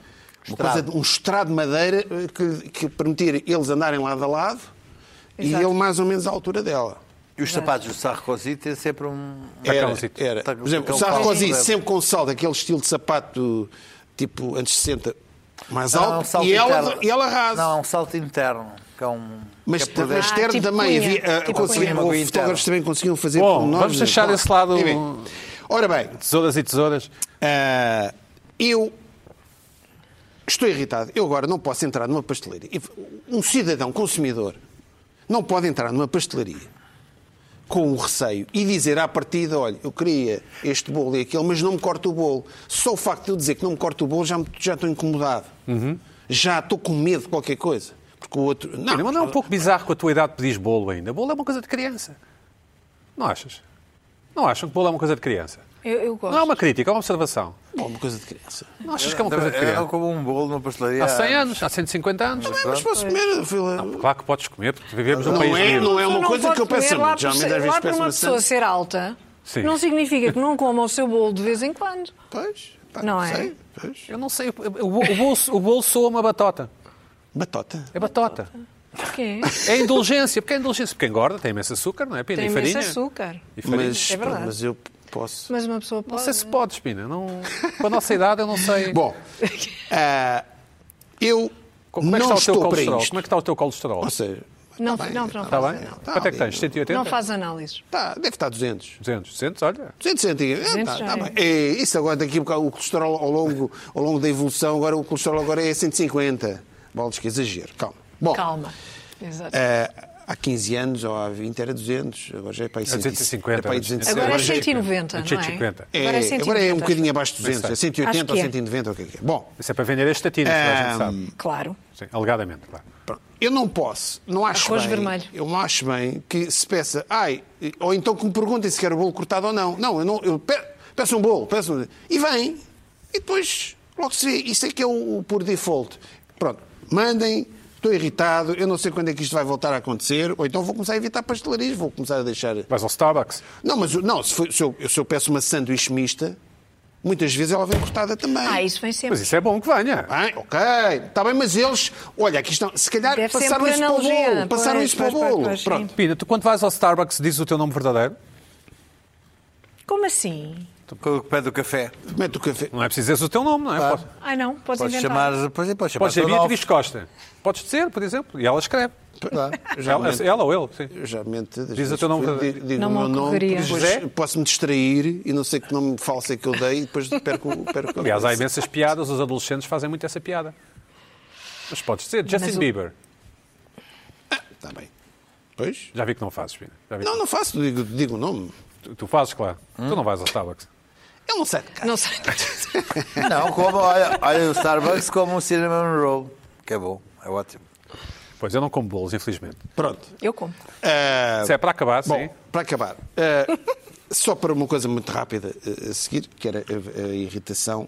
Um estrado de madeira que permitia eles andarem lado a lado. Exato. E ele mais ou menos à altura dela. E os sapatos do Sarkozy têm sempre tacãozito. Era. Por exemplo, o Sarkozy sempre com salto, aquele estilo de sapato tipo anos 60 mais alto, e ela rasa. Não, um salto interno. Mas externo tipo também havia. Os fotógrafos também conseguiam fazer. Bom, vamos deixar esse lado. Ora bem, tesouras e tesouras. Eu estou irritado. Eu agora não posso entrar numa pastelaria. Um cidadão consumidor não pode entrar numa pastelaria com o receio e dizer à partida, olha, eu queria este bolo e aquele, mas não me corta o bolo. Só o facto de eu dizer que não me corta o bolo já estou incomodado. Já estou com medo de qualquer coisa. Porque o outro... Mas não é um pouco bizarro com a tua idade pedires bolo ainda? Bolo é uma coisa de criança. Não achas? Não acham que bolo é uma coisa de criança? Eu gosto. Não é uma crítica, é uma observação. Bom, uma coisa de criança. Não achas que é uma coisa de criança? É como um bolo numa pastelaria. Há 100 anos, há 150 anos. Mas posso comer, claro que podes comer, porque vivemos num país livre. Não é uma coisa que eu peço muito. Já para uma pessoa ser alta, não significa que não coma o seu bolo de vez em quando. Pois. Não é? Eu não sei. O bolo soa uma batota. Batota? É batota. Porquê? É indulgência. Porque é indulgência. Porque engorda, tem imenso açúcar, não é, Pina? Tem e farinha. imenso açúcar. E farinha. É verdade. Mas eu posso... Mas uma pessoa pode... Não sei se podes, Pina. Com a nossa idade, eu não sei... Bom, eu como é que não está o teu estou para colesterol? isto. Como é que está o teu colesterol? Ou seja... Não está bem? Não, Quanto é que tens? 180? Não faz análises. Deve estar 200. 200, olha. 200 está bem. Isso agora, daqui a bocado, o colesterol ao longo da evolução, agora o colesterol agora é 150. Bolas que exagero. Calma. Exato. Há 15 anos ou há 20 era 200, agora já é para aí 250. Agora é 190, não é? 150. Agora é um bocadinho abaixo de 200, é 180 ou 190, ou o que é que é. Bom, isso é para vender este estatinas, que a gente sabe. Claro. Sim, alegadamente, claro. Eu não posso, não acho Arroz bem. Vermelho. Eu não acho bem que se peça, ou então que me perguntem se quer o bolo cortado ou não. Não, eu peço um bolo, e vem. E depois, logo se vê. Isso é que é o por default. Pronto, mandem. Estou irritado, eu não sei quando é que isto vai voltar a acontecer, ou então vou começar a evitar pastelarias, vou começar a deixar... Vais ao Starbucks? Não, se eu peço uma sanduíche mista, muitas vezes ela vem cortada também. Isso vem sempre. Mas isso é bom que venha. Ok, está bem, mas eles... Olha, aqui estão... Se calhar passaram isso para o bolo. Passaram isso para o bolo. Pronto. Pina, tu quando vais ao Starbucks dizes o teu nome verdadeiro? Como assim? Com o pé do café. Mete o café. Não é preciso dizer o teu nome, não é? Claro. Não, podes inventar. Podes dizer Beatriz Costa. Podes dizer, por exemplo, e ela escreve. Claro. Ela ou ele, sim. Eu já mente. Diz o teu nome verdadeiro. Digo o meu nome, depois posso-me distrair e não sei que nome falso é que eu dei e depois perco Aliás, há imensas piadas, os adolescentes fazem muito essa piada. Mas podes dizer, Justin Bieber. Está bem. Pois? Já vi que não fazes, Pina. Não faço, digo o nome. Tu fazes, claro. Tu não vais ao Starbucks. Eu não sei de casa. Não sei. Não, como, olha o Starbucks como um cinnamon roll, que é bom, é ótimo. Pois, eu não como bolos, infelizmente. Pronto. Eu como. Se é para acabar, bom, sim. Para acabar. Só para uma coisa muito rápida a seguir, que era a irritação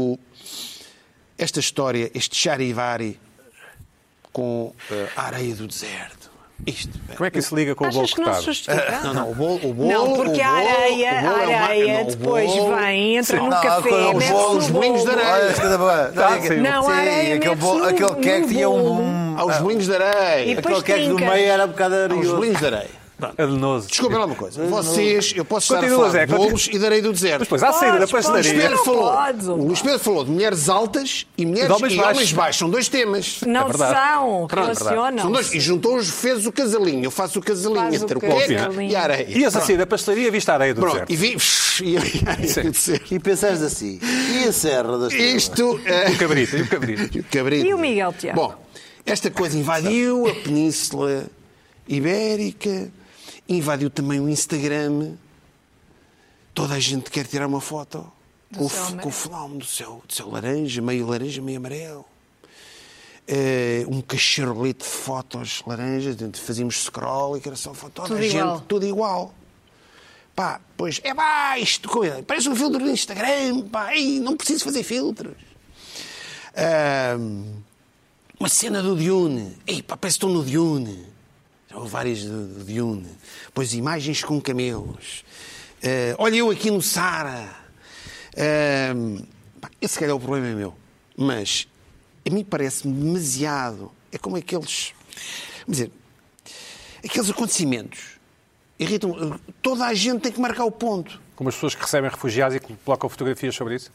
esta história, este charivari com a areia do deserto. Como é que isso liga com o bolo cortado? Não, o bolo... Não, porque a areia depois vem, entra no café, os bolinhos de areia. Não, a areia aquele queque tinha aos bolinhos de areia. Aquele queque do meio era um bocado areioso. Aos bolinhos de areia. Adenoso. Desculpem lá uma coisa. Vocês, eu posso estar a falar de bolos e da areia do deserto. Mas depois, à saída da pastelaria... O Luís Pedro falou de mulheres altas e homens baixos. São 2 temas. Não são. Relacionam. São 2. E juntou-os, fez o casalinho. Eu faço o casalinho entre o queque e a areia. E a saída da pastelaria viste a areia do deserto. E vi... E pensaste assim, e a Serra das Isto... O cabrito. E o Miguel Tiago? Bom, esta coisa invadiu a Península Ibérica, invadiu também o Instagram. Toda a gente quer tirar uma foto com o fenómeno do céu laranja, meio amarelo. Um cacharolete de fotos laranjas, fazíamos scroll e que era só foto. Toda a gente, tudo igual. Pá, pois, isto, parece um filtro do Instagram, pá, não preciso fazer filtros. Uma cena do Dune, parece que estou no Dune. Já houve várias do Dune. Depois imagens com camelos. Olha eu aqui no Sara. Esse se calhar o problema é meu. Mas a mim parece-me demasiado. É como aqueles... Vamos dizer, aqueles acontecimentos. Irritam. Toda a gente tem que marcar o ponto. Como as pessoas que recebem refugiados e colocam fotografias sobre isso?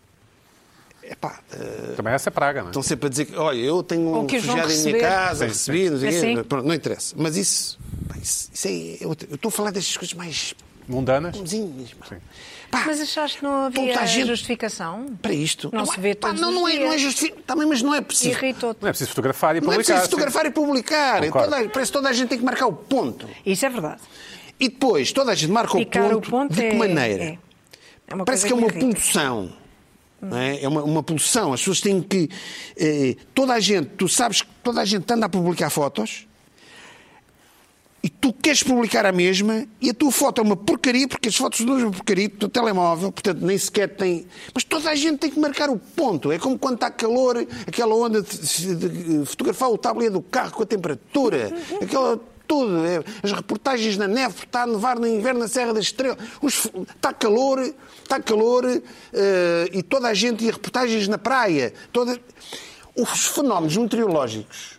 Também essa é praga, não é? Estão sempre a dizer que, olha, eu tenho um refugiado em minha casa, recebi, não sei o quê. Pronto, não interessa. Mas isso é... Eu estou a falar destas coisas mais... mundanas? Mas achaste que não havia justificação? Para isto? Não se vê todos os dias. Não é justificação. Mas não é preciso. Irritou-te. Não é preciso fotografar e publicar. Não é preciso fotografar e publicar. Parece que toda a gente tem que marcar o ponto. Isso é verdade. E depois, toda a gente marca o ponto de que maneira? Parece que é uma pulsão. Não é? É uma pulsão. As pessoas têm que... toda a gente... Tu sabes que toda a gente anda a publicar fotos e tu queres publicar a mesma e a tua foto é uma porcaria, porque as fotos são uma porcaria do teu telemóvel, portanto nem sequer tem... Mas toda a gente tem que marcar o ponto. É como quando está calor, aquela onda de fotografar o tabuleiro do carro com a temperatura, aquela... Tudo. As reportagens na neve, está a nevar no inverno na Serra da Estrela, está calor e toda a gente, e reportagens na praia. Os fenómenos meteorológicos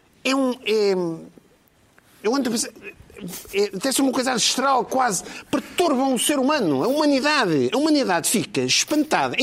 eu ando a pensar, deve ser uma coisa ancestral, quase, perturbam o ser humano, a humanidade fica espantada,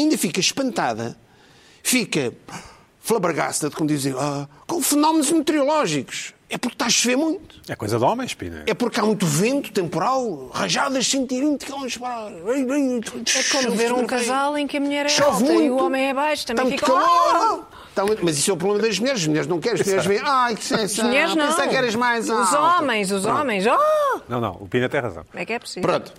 fica flabbergasted, como dizem, com fenómenos meteorológicos. É porque está a chover muito. É coisa de homens, Pina. É porque há muito vento temporal, rajadas 120 km por hora. É como ver um casal em que a mulher é alta e o homem é baixo. Também fica calor. Mas isso é o problema das mulheres. As mulheres não querem. As mulheres veem, que sensação. As mulheres não. Pensar que eras mais os homens. Não, o Pina tem razão. É que é possível. Pronto.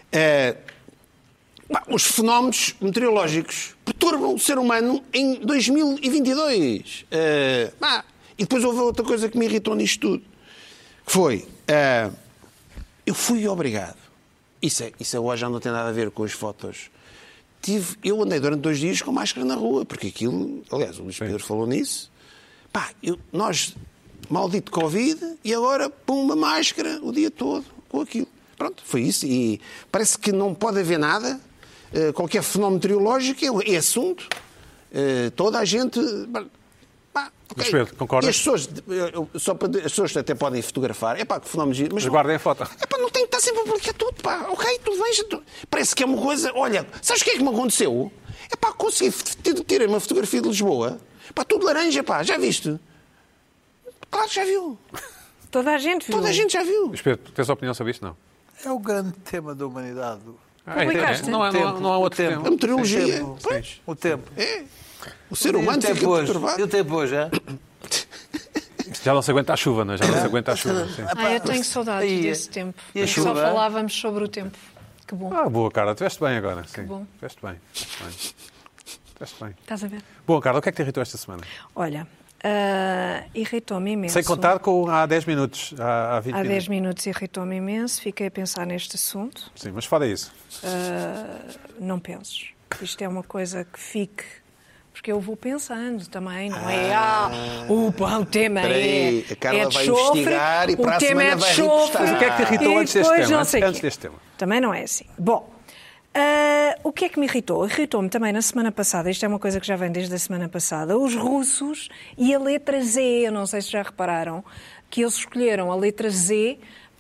Os fenómenos meteorológicos perturbam o ser humano em 2022. E depois houve outra coisa que me irritou nisto tudo. Que foi... eu fui obrigado. Isso hoje já não tem nada a ver com as fotos. Eu andei durante 2 dias com máscara na rua, porque aquilo... Aliás, o Luís Pedro falou nisso. Nós, maldito Covid, e agora, uma máscara o dia todo com aquilo. Pronto, foi isso. E parece que não pode haver nada. Qualquer fenómeno meteorológico é assunto. Toda a gente... Okay. Pedro, concordas? E as pessoas até podem fotografar. Que fenómenos... Mas guardem a foto. Não tem que estar sempre a publicar tudo. Ok, tudo bem. Parece que é uma coisa... Olha, sabes o que é que me aconteceu? Consegui ter uma fotografia de Lisboa. Tudo laranja, já viste? Claro que já viu. Toda a gente viu. Toda a gente já viu. Mas Pedro, tens opinião sobre isto? Não. É o grande tema da humanidade. Não há outro tema. A meteorologia. O tempo. O ser humano fica perturbado. E o tempo hoje, é? Já não se aguenta a chuva, não é? Já não se aguenta a chuva. Sim. Eu tenho saudades desse tempo. E só falávamos sobre o tempo. Que bom. Boa, Carla. Estiveste bem agora. Que bom. Estiveste bem. Estás a ver? Bom, Carla, o que é que te irritou esta semana? Olha, irritou-me imenso. Sem contar com há 10 minutos, há 20 minutos. Há 10 minutos irritou-me imenso. Fiquei a pensar neste assunto. Sim, mas fora isso. Não penses. Isto é uma coisa que fique... Porque eu vou pensando também, não é? O tema é a Carla de vai chofre, investigar e para a tema semana de vai chofre. Mas o que é que te irritou antes deste tema? Também não é assim. Bom, o que é que me irritou? Irritou-me também na semana passada, isto é uma coisa que já vem desde a semana passada, os russos e a letra Z. Eu não sei se já repararam que eles escolheram a letra Z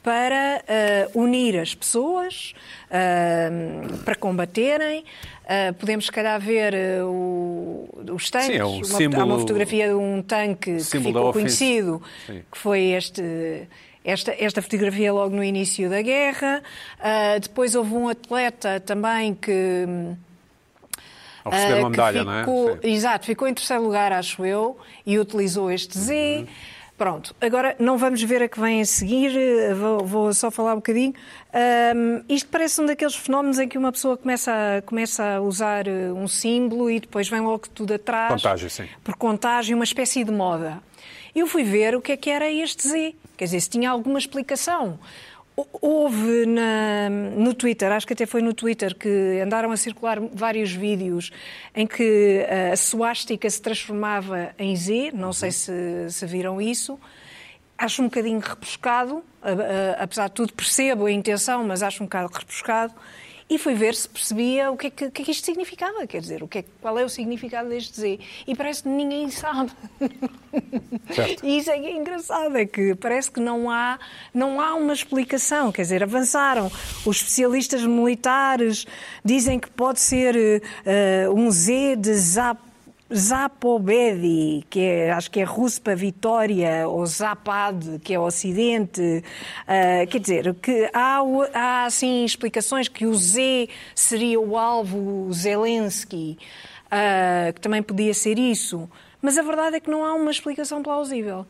para unir as pessoas, para combaterem. Podemos, se calhar, ver os tanques. Sim, é um símbolo, há uma fotografia de um tanque que ficou conhecido, que foi esta fotografia logo no início da guerra. Depois houve um atleta também que... Ao receber uma medalha, não é? Sim. Exato, ficou em terceiro lugar, acho eu, e utilizou este Z. Pronto, agora não vamos ver a que vem a seguir, vou só falar um bocadinho. Isto parece um daqueles fenómenos em que uma pessoa começa a usar um símbolo e depois vem logo tudo atrás. Contágio, sim. Por contágio, uma espécie de moda. Eu fui ver o que é que era este Z, quer dizer, se tinha alguma explicação. Houve no Twitter, acho que até foi no Twitter, que andaram a circular vários vídeos em que a suástica se transformava em Z, não sei se viram isso. Acho um bocadinho repuscado, apesar de tudo percebo a intenção, mas acho um bocado repuscado. E fui ver se percebia o que é que isto significava, quer dizer, qual é o significado deste Z. E parece que ninguém sabe. Certo. E isso é que é engraçado, é que parece que não há uma explicação, quer dizer, avançaram. Os especialistas militares dizem que pode ser um Z de Zapobedi, acho que é russo para Vitória, ou Zapad, que é o Ocidente. Quer dizer, que há assim explicações que o Z seria o alvo Zelensky, que também podia ser isso. Mas a verdade é que não há uma explicação plausível.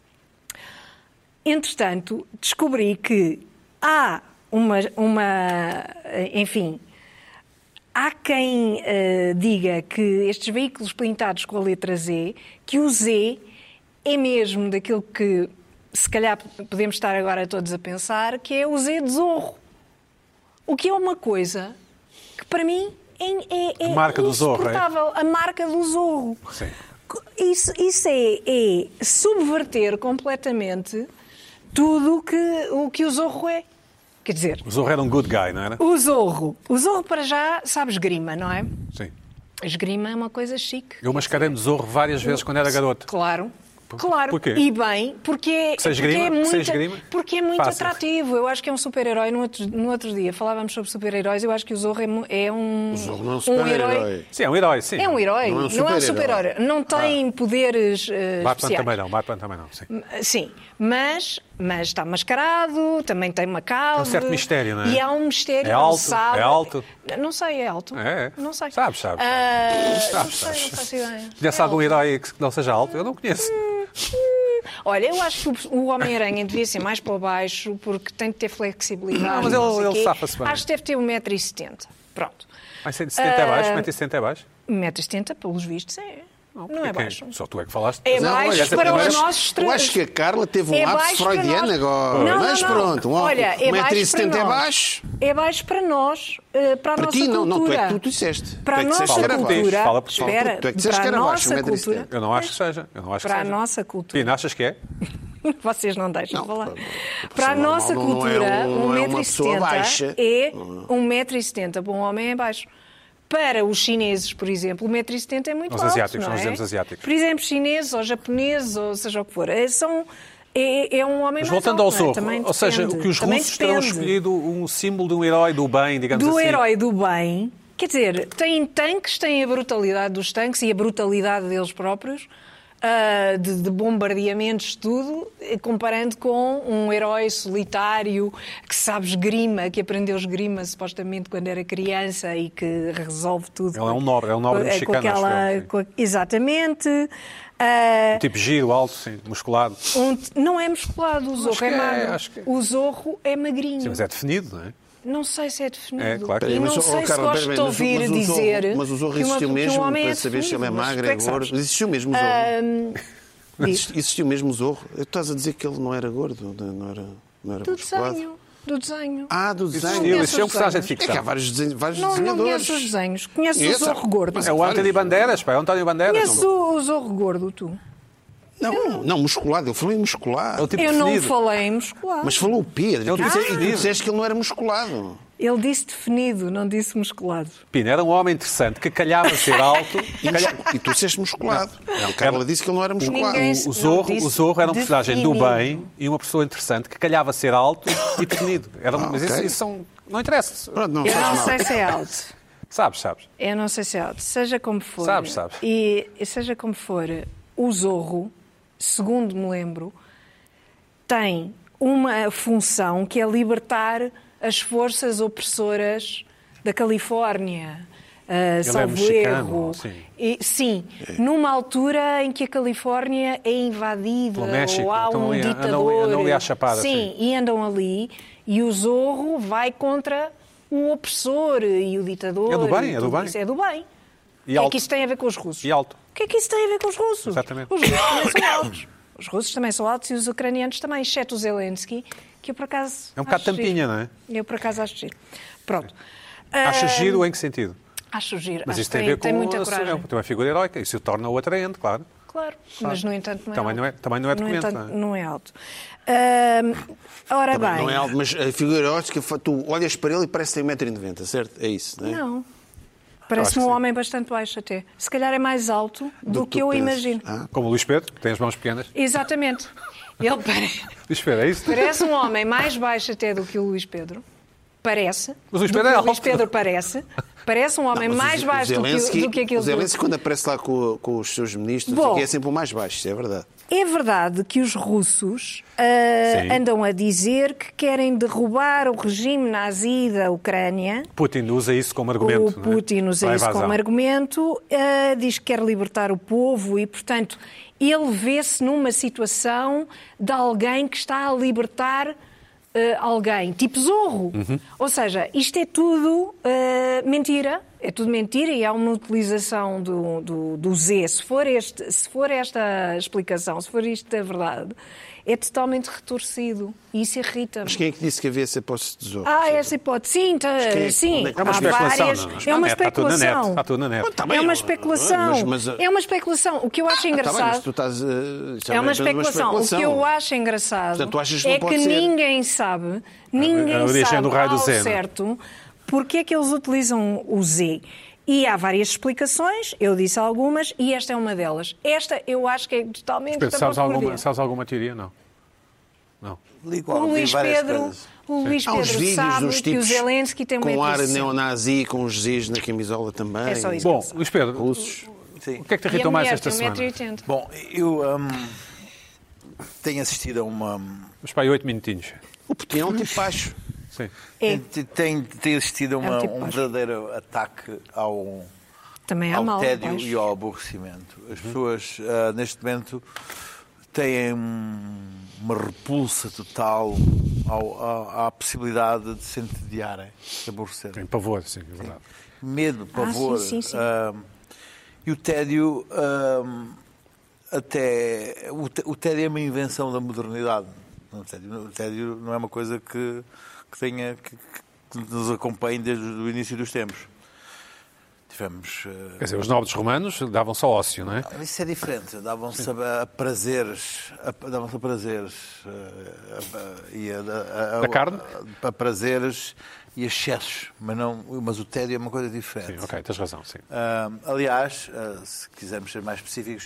Entretanto, descobri que há enfim... Há quem diga que estes veículos pintados com a letra Z, que o Z é mesmo daquilo que, se calhar, podemos estar agora todos a pensar, que é o Z de Zorro. O que é uma coisa que, para mim, é marca do Zorro, a marca do Zorro. Sim. Isso é subverter completamente tudo o que o Zorro é. Quer dizer... O Zorro era um good guy, não era? O Zorro para já, sabe esgrima, não é? Sim. Esgrima é uma coisa chique. Eu mascarei-me de Zorro várias vezes quando era garoto. Claro. Porquê? E bem, porque é muito Fácil. atrativo. Eu acho que é um super-herói. No outro dia falávamos sobre super-heróis. Eu acho que o Zorro é um... O Zorro não é um super-herói. Sim, é um herói, sim. É um herói, não é um super-herói. Não tem poderes Batman especiais. Batman também não, sim. Sim, mas está mascarado, também tem uma cauda. É um certo mistério, não é? E há um mistério, é não alto, sabe. É alto? Não sei, é alto? É. Não sei. Sabes. Não faço ideia. Conhece algum herói que não seja alto? Eu não conheço. Olha, eu acho que o Homem-Aranha devia ser mais para baixo porque tem de ter flexibilidade. Não, mas ele safa-se bem. Acho que deve ter 1,70 m. Pronto. Mas 1,70 m é baixo? 1,70 m é baixo? 1,70 m, pelos vistos, é. Não é baixo. Só tu é que falaste. É baixo para os nossos Eu acho que a Carla teve um lapso freudiano agora. Mas pronto, 1,70 m é baixo. É baixo para nós, para a nossa ti, cultura. Não, tu é que tu disseste. Para a nossa cultura. Fala por ti. Espera, tu é que disseste que era baixo, 1,70 m. Eu não acho que seja. Para a nossa cultura. Pina, achas que é? Vocês não deixam falar. Para a nossa cultura, 1,70 m é 1,70 m. Para um homem é baixo. Para os chineses, por exemplo, 1,70 m é muito alto. Os asiáticos, não é? nós dizemos asiáticos. Por exemplo, chineses ou japoneses, ou seja o que for, é um homem Mas mais voltando alto, ao Zorro, também ou seja, depende. o que os russos terão escolhido um símbolo de um herói do bem, digamos assim. Do herói do bem, quer dizer, têm tanques, têm a brutalidade dos tanques e a brutalidade deles próprios, de bombardeamentos, tudo, comparando com um herói solitário que sabe esgrima, que aprendeu esgrima supostamente quando era criança e que resolve tudo. Ele é um nobre mexicano, exatamente. Tipo giro, alto, sim, musculado. Não é musculado, o Zorro é magro. O Zorro é magrinho. Sim, mas é definido, não é? Não sei se é definido. É, claro que e não sei se gosto de ouvir dizer... Mas o Zorro existiu mesmo, para saber se ele é magro, é gordo. Existiu mesmo o Zorro. Existiu mesmo o Zorro. Estás a dizer que ele não era gordo, não era musculado? Do desenho. Do desenho. Existiu um personagem de ficção. É que há vários desenhadores. Não conheço os desenhos. Conheço o Zorro gordo. É o António Bandeiras, pá. É o António Bandeiras. Conheço o Zorro gordo, tu. Não, musculado. Eu falei musculado. Eu não falei em musculado. Mas falou o Pedro. E tu disseste que ele não era musculado. Ele disse definido, não disse musculado. Pina, era um homem interessante que calhava ser alto. E tu disseste musculado. A Carla disse que ele não era musculado. O Zorro era um personagem do bem e uma pessoa interessante que calhava ser alto e definido. Mas isso não interessa. Pronto, não Eu não sei se é alto. Sabes. Eu não sei se é alto. Seja como for. Sabes. E seja como for, o Zorro, segundo me lembro, tem uma função que é libertar as forças opressoras da Califórnia. Salvo erro. Sim, numa altura em que a Califórnia é invadida, pelo México, ou há então um ditador. Andam ali à chapada. Sim, e andam ali, e o Zorro vai contra o opressor e o ditador. É do bem. É do bem. E o que é que isso tem a ver com os russos? E alto. O que é que isso tem a ver com os russos? Exatamente. Os russos também são altos. Os russos também são altos e os ucranianos também, exceto o Zelensky, que eu por acaso... É um bocado tampinha, não é? Eu por acaso acho giro. Pronto. Acha giro em que sentido? Acho giro. Mas isso tem a ver com... muita coragem. É uma figura heroica. Isso o torna-o atraente, claro. Claro, mas no entanto não é alto. Também não é documento, não é alto. Ora bem... Não é alto, mas a figura heróica, tu olhas para ele e parece que tem 1,90m, certo? É isso, não é? Não. Parece-me um homem bastante baixo até. Se calhar é mais alto do que eu imagino. Como o Luís Pedro, que tem as mãos pequenas. Exatamente. Ele Luís Pedro, é isso? Parece um homem mais baixo até do que o Luís Pedro. Parece. Mas o Luís Pedro é alto. O Luís Pedro parece um homem mais baixo do que aquele... O Zelensky, quando aparece lá com os seus ministros, é sempre o mais baixo, isso é verdade. É verdade que os russos andam a dizer que querem derrubar o regime nazi da Ucrânia. Putin usa isso como argumento. O Putin usa isso como argumento, diz que quer libertar o povo e, portanto, ele vê-se numa situação de alguém que está a libertar alguém, tipo Zorro. Ou seja, isto é tudo mentira. É tudo mentira e há uma utilização do Z. Se for esta explicação, se for isto da verdade, é totalmente retorcido. E isso irrita-me. Mas quem é que disse que havia essa hipótese de Zorro? Essa hipótese. Sim. É uma especulação. É uma especulação. Está tudo na net. É uma especulação. É uma especulação. O que eu acho engraçado... É uma especulação. O que eu acho engraçado é que ninguém sabe ao certo porque é que eles utilizam o Z. E há várias explicações, eu disse algumas, e esta é uma delas. Esta eu acho que é totalmente... Sabes alguma teoria? Não. O Luís Pedro sabe que o Zelensky tem uma com ar neonazi, com os Zs na camisola também. É só isso. Bom, Luís Pedro, russos. O que é que te irritou mais esta semana? 1,80 m. Bom, eu tenho assistido a uma... Mas para aí 8 minutinhos. O Putin é um tipo baixo. Sim. Tem assistido a um verdadeiro ataque ao tédio e ao aborrecimento. As pessoas, neste momento, têm uma repulsa total à possibilidade de se entediarem, de aborrecer. Tem pavor, sim, é verdade. Medo, pavor. Sim. E o tédio, o tédio é uma invenção da modernidade. O tédio não é uma coisa que nos acompanhe desde o início dos tempos. Tivemos... Quer dizer, os nobres romanos davam só ócio, não é? Isso é diferente. Davam-se a prazeres. Davam-se a prazeres. Da carne? A prazeres e excessos. Mas o tédio é uma coisa diferente. Sim, ok, tens razão, sim. Aliás, se quisermos ser mais específicos,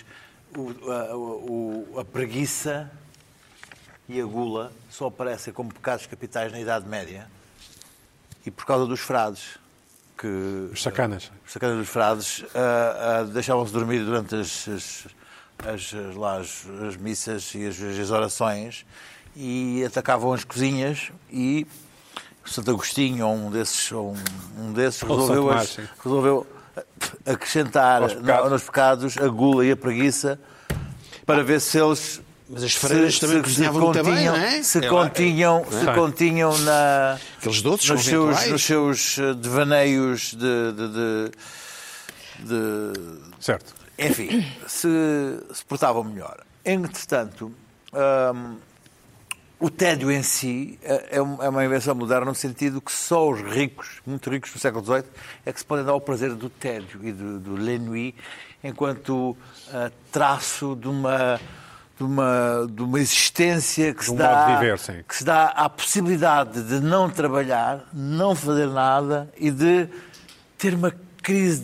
a preguiça e a gula só aparecem como pecados capitais na Idade Média e por causa dos frades. Os sacanas. Os sacanas dos frades deixavam-se dormir durante as missas e as orações e atacavam as cozinhas e Santo Agostinho, ou um desses resolveu acrescentar nos pecados a gula e a preguiça para ver se eles... Mas as freiras também cozinhavam muito bem, não é? Se continham aqueles doces nos seus devaneios Certo. Enfim, se portavam melhor. Entretanto, o tédio em si é uma invenção moderna no sentido que só os ricos, muito ricos no século XVIII, é que se podem dar o prazer do tédio e do l'ennui enquanto traço de de uma existência que se dá à possibilidade de não trabalhar, não fazer nada e de ter uma crise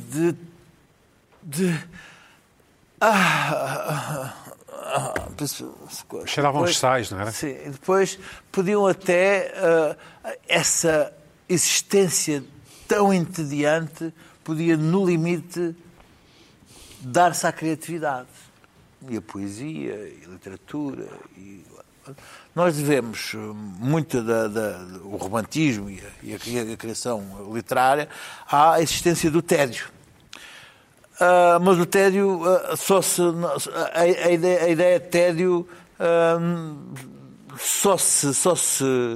cheiravam os sais, não era? Sim, e depois podiam até essa existência tão entediante podia, no limite, dar-se à criatividade. E a poesia, e a literatura. Nós devemos muito do romantismo e a criação literária à existência do tédio. Mas o tédio, a ideia de tédio só se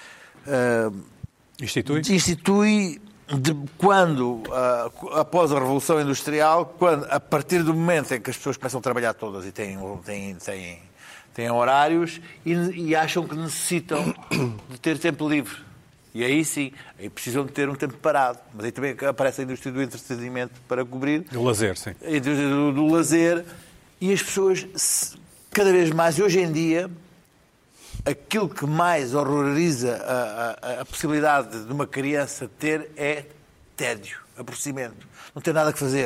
institui quando, após a Revolução Industrial, a partir do momento em que as pessoas começam a trabalhar todas e têm horários e acham que necessitam de ter tempo livre. E aí sim, aí precisam de ter um tempo parado. Mas aí também aparece a indústria do entretenimento para cobrir. Do lazer, sim. A indústria do lazer. E as pessoas, cada vez mais, e hoje em dia, aquilo que mais horroriza a possibilidade de uma criança ter é tédio, aborrecimento. Não ter nada que fazer.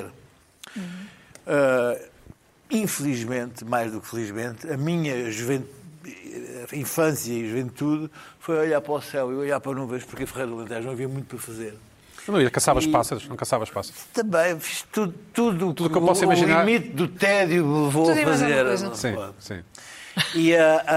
Infelizmente, mais do que felizmente, a minha infância e juventude foi olhar para o céu e olhar para nuvens, porque em Ferreira do Alentejo não havia muito para fazer. Não caçavas pássaros? Não caçavas pássaros? Também, fiz tudo que eu posso imaginar. O limite do tédio me levou a fazer. Sim. E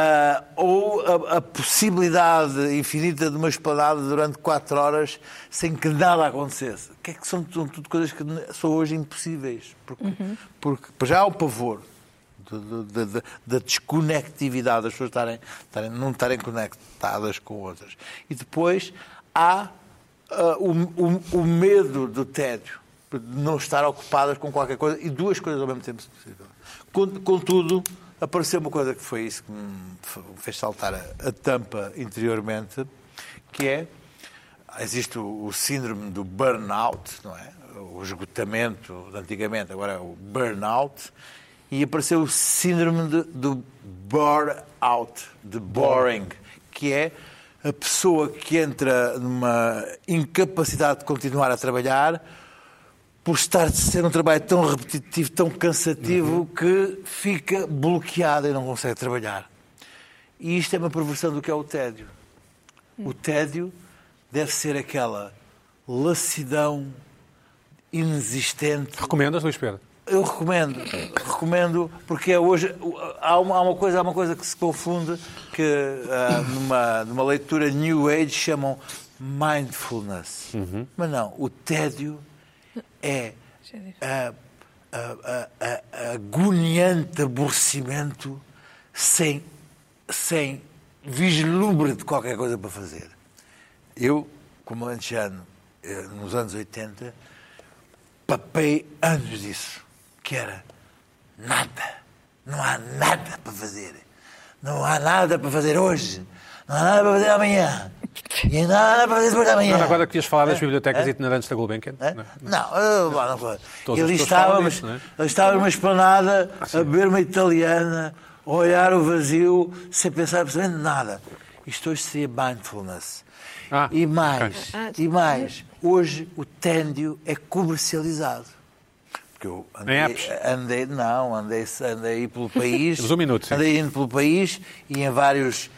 a possibilidade infinita de uma esplanada durante 4 horas sem que nada acontecesse. Que é que são tudo coisas que são hoje impossíveis. Porque já há o pavor da desconectividade, das pessoas não estarem conectadas com outras. E depois há o medo do tédio, de não estar ocupadas com qualquer coisa, e 2 coisas ao mesmo tempo se possível. Contudo, apareceu uma coisa que foi isso que me fez saltar a tampa interiormente, que existe o síndrome do burnout, não é? O esgotamento de antigamente, agora é o burnout, e apareceu o síndrome do bore-out, de boring, que é a pessoa que entra numa incapacidade de continuar a trabalhar por ser um trabalho tão repetitivo, tão cansativo, que fica bloqueada e não consegue trabalhar. E isto é uma perversão do que é o tédio. O tédio deve ser aquela lassidão inexistente. Recomendas, Luís Pedro? Eu recomendo, porque hoje há uma coisa que se confunde, que numa leitura New Age chamam mindfulness. Mas não, o tédio é agoniante aborrecimento sem vislumbre de qualquer coisa para fazer. Eu, como alentejano, nos anos 80, papei anos disso, que era nada. Não há nada para fazer. Não há nada para fazer hoje. Não há nada para fazer amanhã. E ainda há nada para fazer depois da manhã. Não, agora querias falar das bibliotecas itinerantes da Gulbenkian? Não. Ele estávamos numa esplanada a beber uma italiana, a olhar o vazio, sem pensar absolutamente nada. Isto hoje seria mindfulness. E mais, hoje o tédio é comercializado. Porque eu andei pelo país. Temos um minuto, sim. Andei indo pelo país e em vários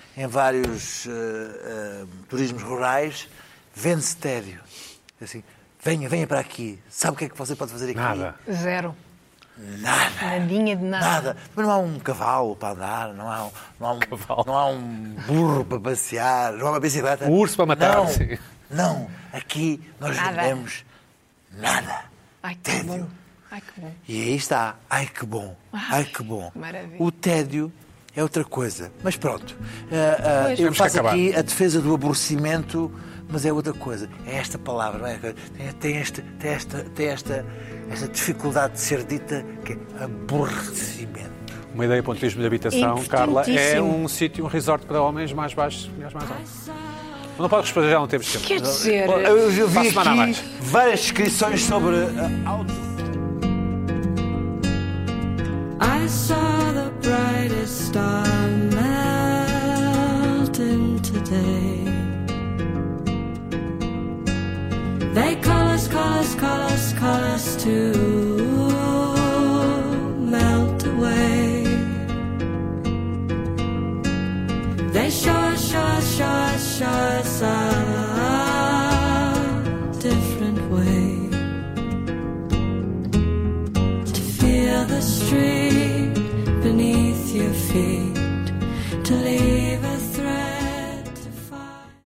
turismos rurais vende-se tédio. Assim, venha para aqui. Sabe o que é que você pode fazer aqui? Nada. Zero. Nada. Nadinha de nada. Mas não há um cavalo para andar, não há um burro para passear, não há uma bicicleta. Um urso para matar. Não. Aqui nós vendemos nada. Ai, que tédio. Bom. Ai, que bom. E aí está. Ai, que bom. Maravilha. O tédio é outra coisa. Mas pronto. Eu faço aqui a defesa do aborrecimento, mas é outra coisa. É esta palavra, não é? Tem esta dificuldade de ser dita, que é aborrecimento. Uma ideia para o turismo de habitação, Carla, é um sítio, um resort para homens mais baixos e mulheres mais altos. Não pode responder, já não temos tempo. Quer dizer... Eu vi aqui várias descrições sobre auto... I saw the brightest They show us a different way to feel the street beneath your feet, to leave us